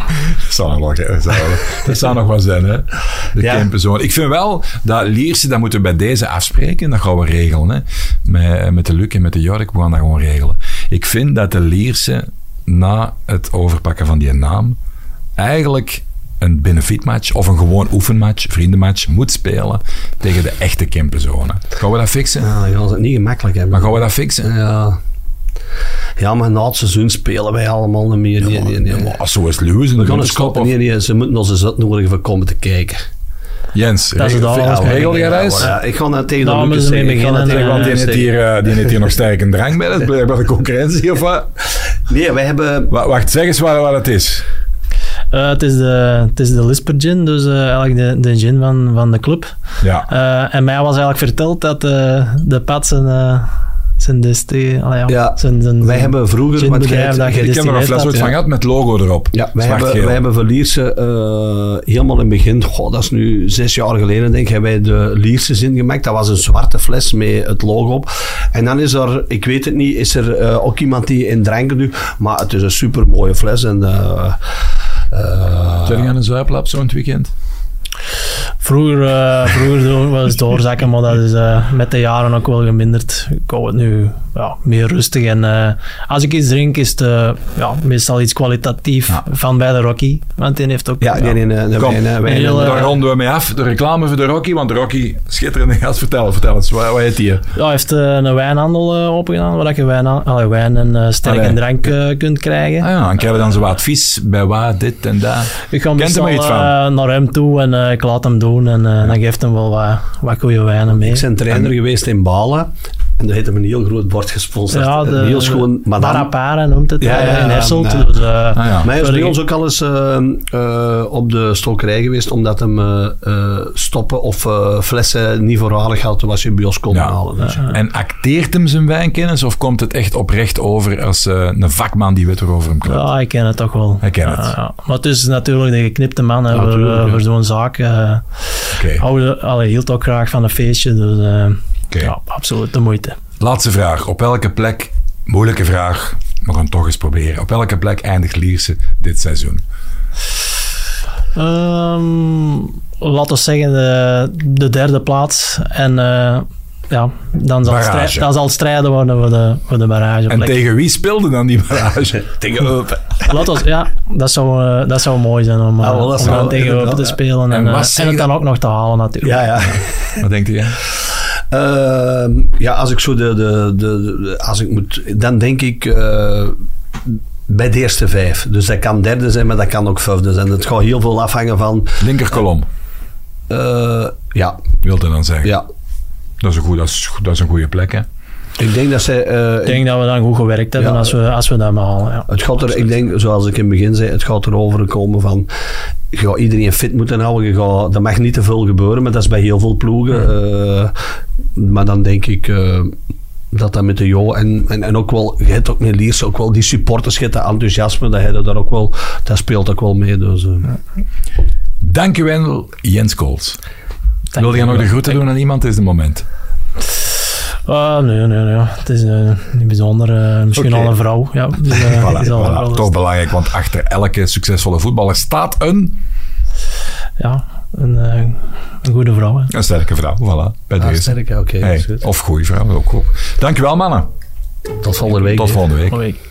Dat zou nog wel zijn, hè? De Kempenzone. Ik vind wel dat Lierse, dat moeten we bij deze afspreken. Dat gaan we regelen, hè? Met de Luc en met de Jork, we gaan dat gewoon regelen. Ik vind dat de Lierse, na het overpakken van die naam, eigenlijk een benefietmatch of een gewoon oefenmatch, vriendenmatch, moet spelen tegen de echte Kempenzone. Gaan we dat fixen? Ja, dan gaan ze het niet gemakkelijk hebben. Maar gaan we dat fixen? Ja, maar na het seizoen spelen wij allemaal niet meer. Nee. Maar zo is het lozen. We gaan eens stoppen. Nee, ze moeten ons eens uitnodigen voor komen te kijken. Jens, regel jij dat eens? Ja, ik ga dat tegen de Lucas zeggen. Want die heeft hier nog sterk een drang bij. Dat is blijkbaar de concurrentie of wat? Nee, wij hebben... Wacht, zeg eens wat het is. Het is de Lisper gin, dus eigenlijk de gin van de club. Ja. En mij was eigenlijk verteld dat de Pat zijn wij hebben vroeger... Ik heb nog een fles ooit van gehad met logo erop. Ja, wij hebben voor Lierse helemaal in het begin, dat is nu 6 jaar geleden denk ik, hebben wij de Lierse zin gemaakt. Dat was een zwarte fles met het logo op. En dan is er, ik weet het niet, is er ook iemand die in dranken doet, maar het is een super mooie fles. En Zijn je aan een zuiplap zo'n weekend? Vroeger was het doorzakken, maar dat is met de jaren ook wel geminderd. Ik hou het nu meer rustig. En als ik iets drink, is het meestal iets kwalitatief van bij de Rocky. Want die heeft ook... Daar ronden we mee af. De reclame voor de Rocky, want de Rocky, schitterende gast. Vertel eens, wat heet die? Ja, hij heeft een wijnhandel opengedaan, waar je wijn en sterke drank kunt krijgen. Dan krijgen we dan zo advies bij wat, dit en dat. Ik ga meestal naar hem toe en ik laat hem doen. En dan geeft hem wel wat goede wijnen mee. Ik ben trainer geweest in Balen. En daar heeft hem een heel groot bord gesponsord. Ja, een heel schoon... Barapara noemt het in Hasselt. Maar hij is bij ons ook al eens op de stokerij geweest, omdat hem stoppen of flessen niet voorradig had, was je bij ons kon halen. Dus. En acteert hem zijn wijnkennis of komt het echt oprecht over als een vakman die weet erover hem klopt? Ja, ik ken het toch wel. Hij kent het. Maar het is natuurlijk de geknipte man voor zo'n zaak. Hield ook graag van een feestje, dus... Ja, absoluut de moeite. Laatste vraag. Op welke plek, moeilijke vraag, we gaan het toch eens proberen. Op welke plek eindigt Lierse dit seizoen? Laten we zeggen de derde plaats. En dan zal het strijden worden voor de barageplek. En tegen wie speelde dan die barrage? Tegen Eupen. Dat zou mooi zijn om dan tegen Eupen te spelen. En het dan ook nog te halen natuurlijk. Ja. Wat denkt u? Als ik zo als ik moet, dan denk ik bij de eerste 5. Dus dat kan derde zijn, maar dat kan ook vijfde zijn. Het gaat heel veel afhangen van... Linkerkolom. Ja. Wilt u dan zeggen? Ja. Dat is een goede plek, hè? Ik denk dat ik denk dat we dan goed gewerkt hebben als we dat maar halen. Ja. Het gaat er, ik denk, zoals ik in het begin zei, het gaat erover komen van... Je gaat iedereen fit moeten houden. Er mag niet te veel gebeuren, maar dat is bij heel veel ploegen. Maar dan denk ik dat met de Jo en ook wel, je hebt ook met Lierse ook wel die supporters, je hebt dat enthousiasme, dat speelt ook wel mee. Dus, Dank u wel, Jens Kools. Wil je nog de groeten doen aan iemand? Het is het moment. Nee. Het is niet bijzonder. Misschien al een vrouw. Ja, dus, voilà. Toch belangrijk, want achter elke succesvolle voetballer staat een... Ja, een goede vrouw. Hè. Een sterke vrouw, voilà. Bij deze. Sterke, oké. Of goede vrouw, ook goed. Dank u wel, mannen. Tot volgende week. Tot volgende week.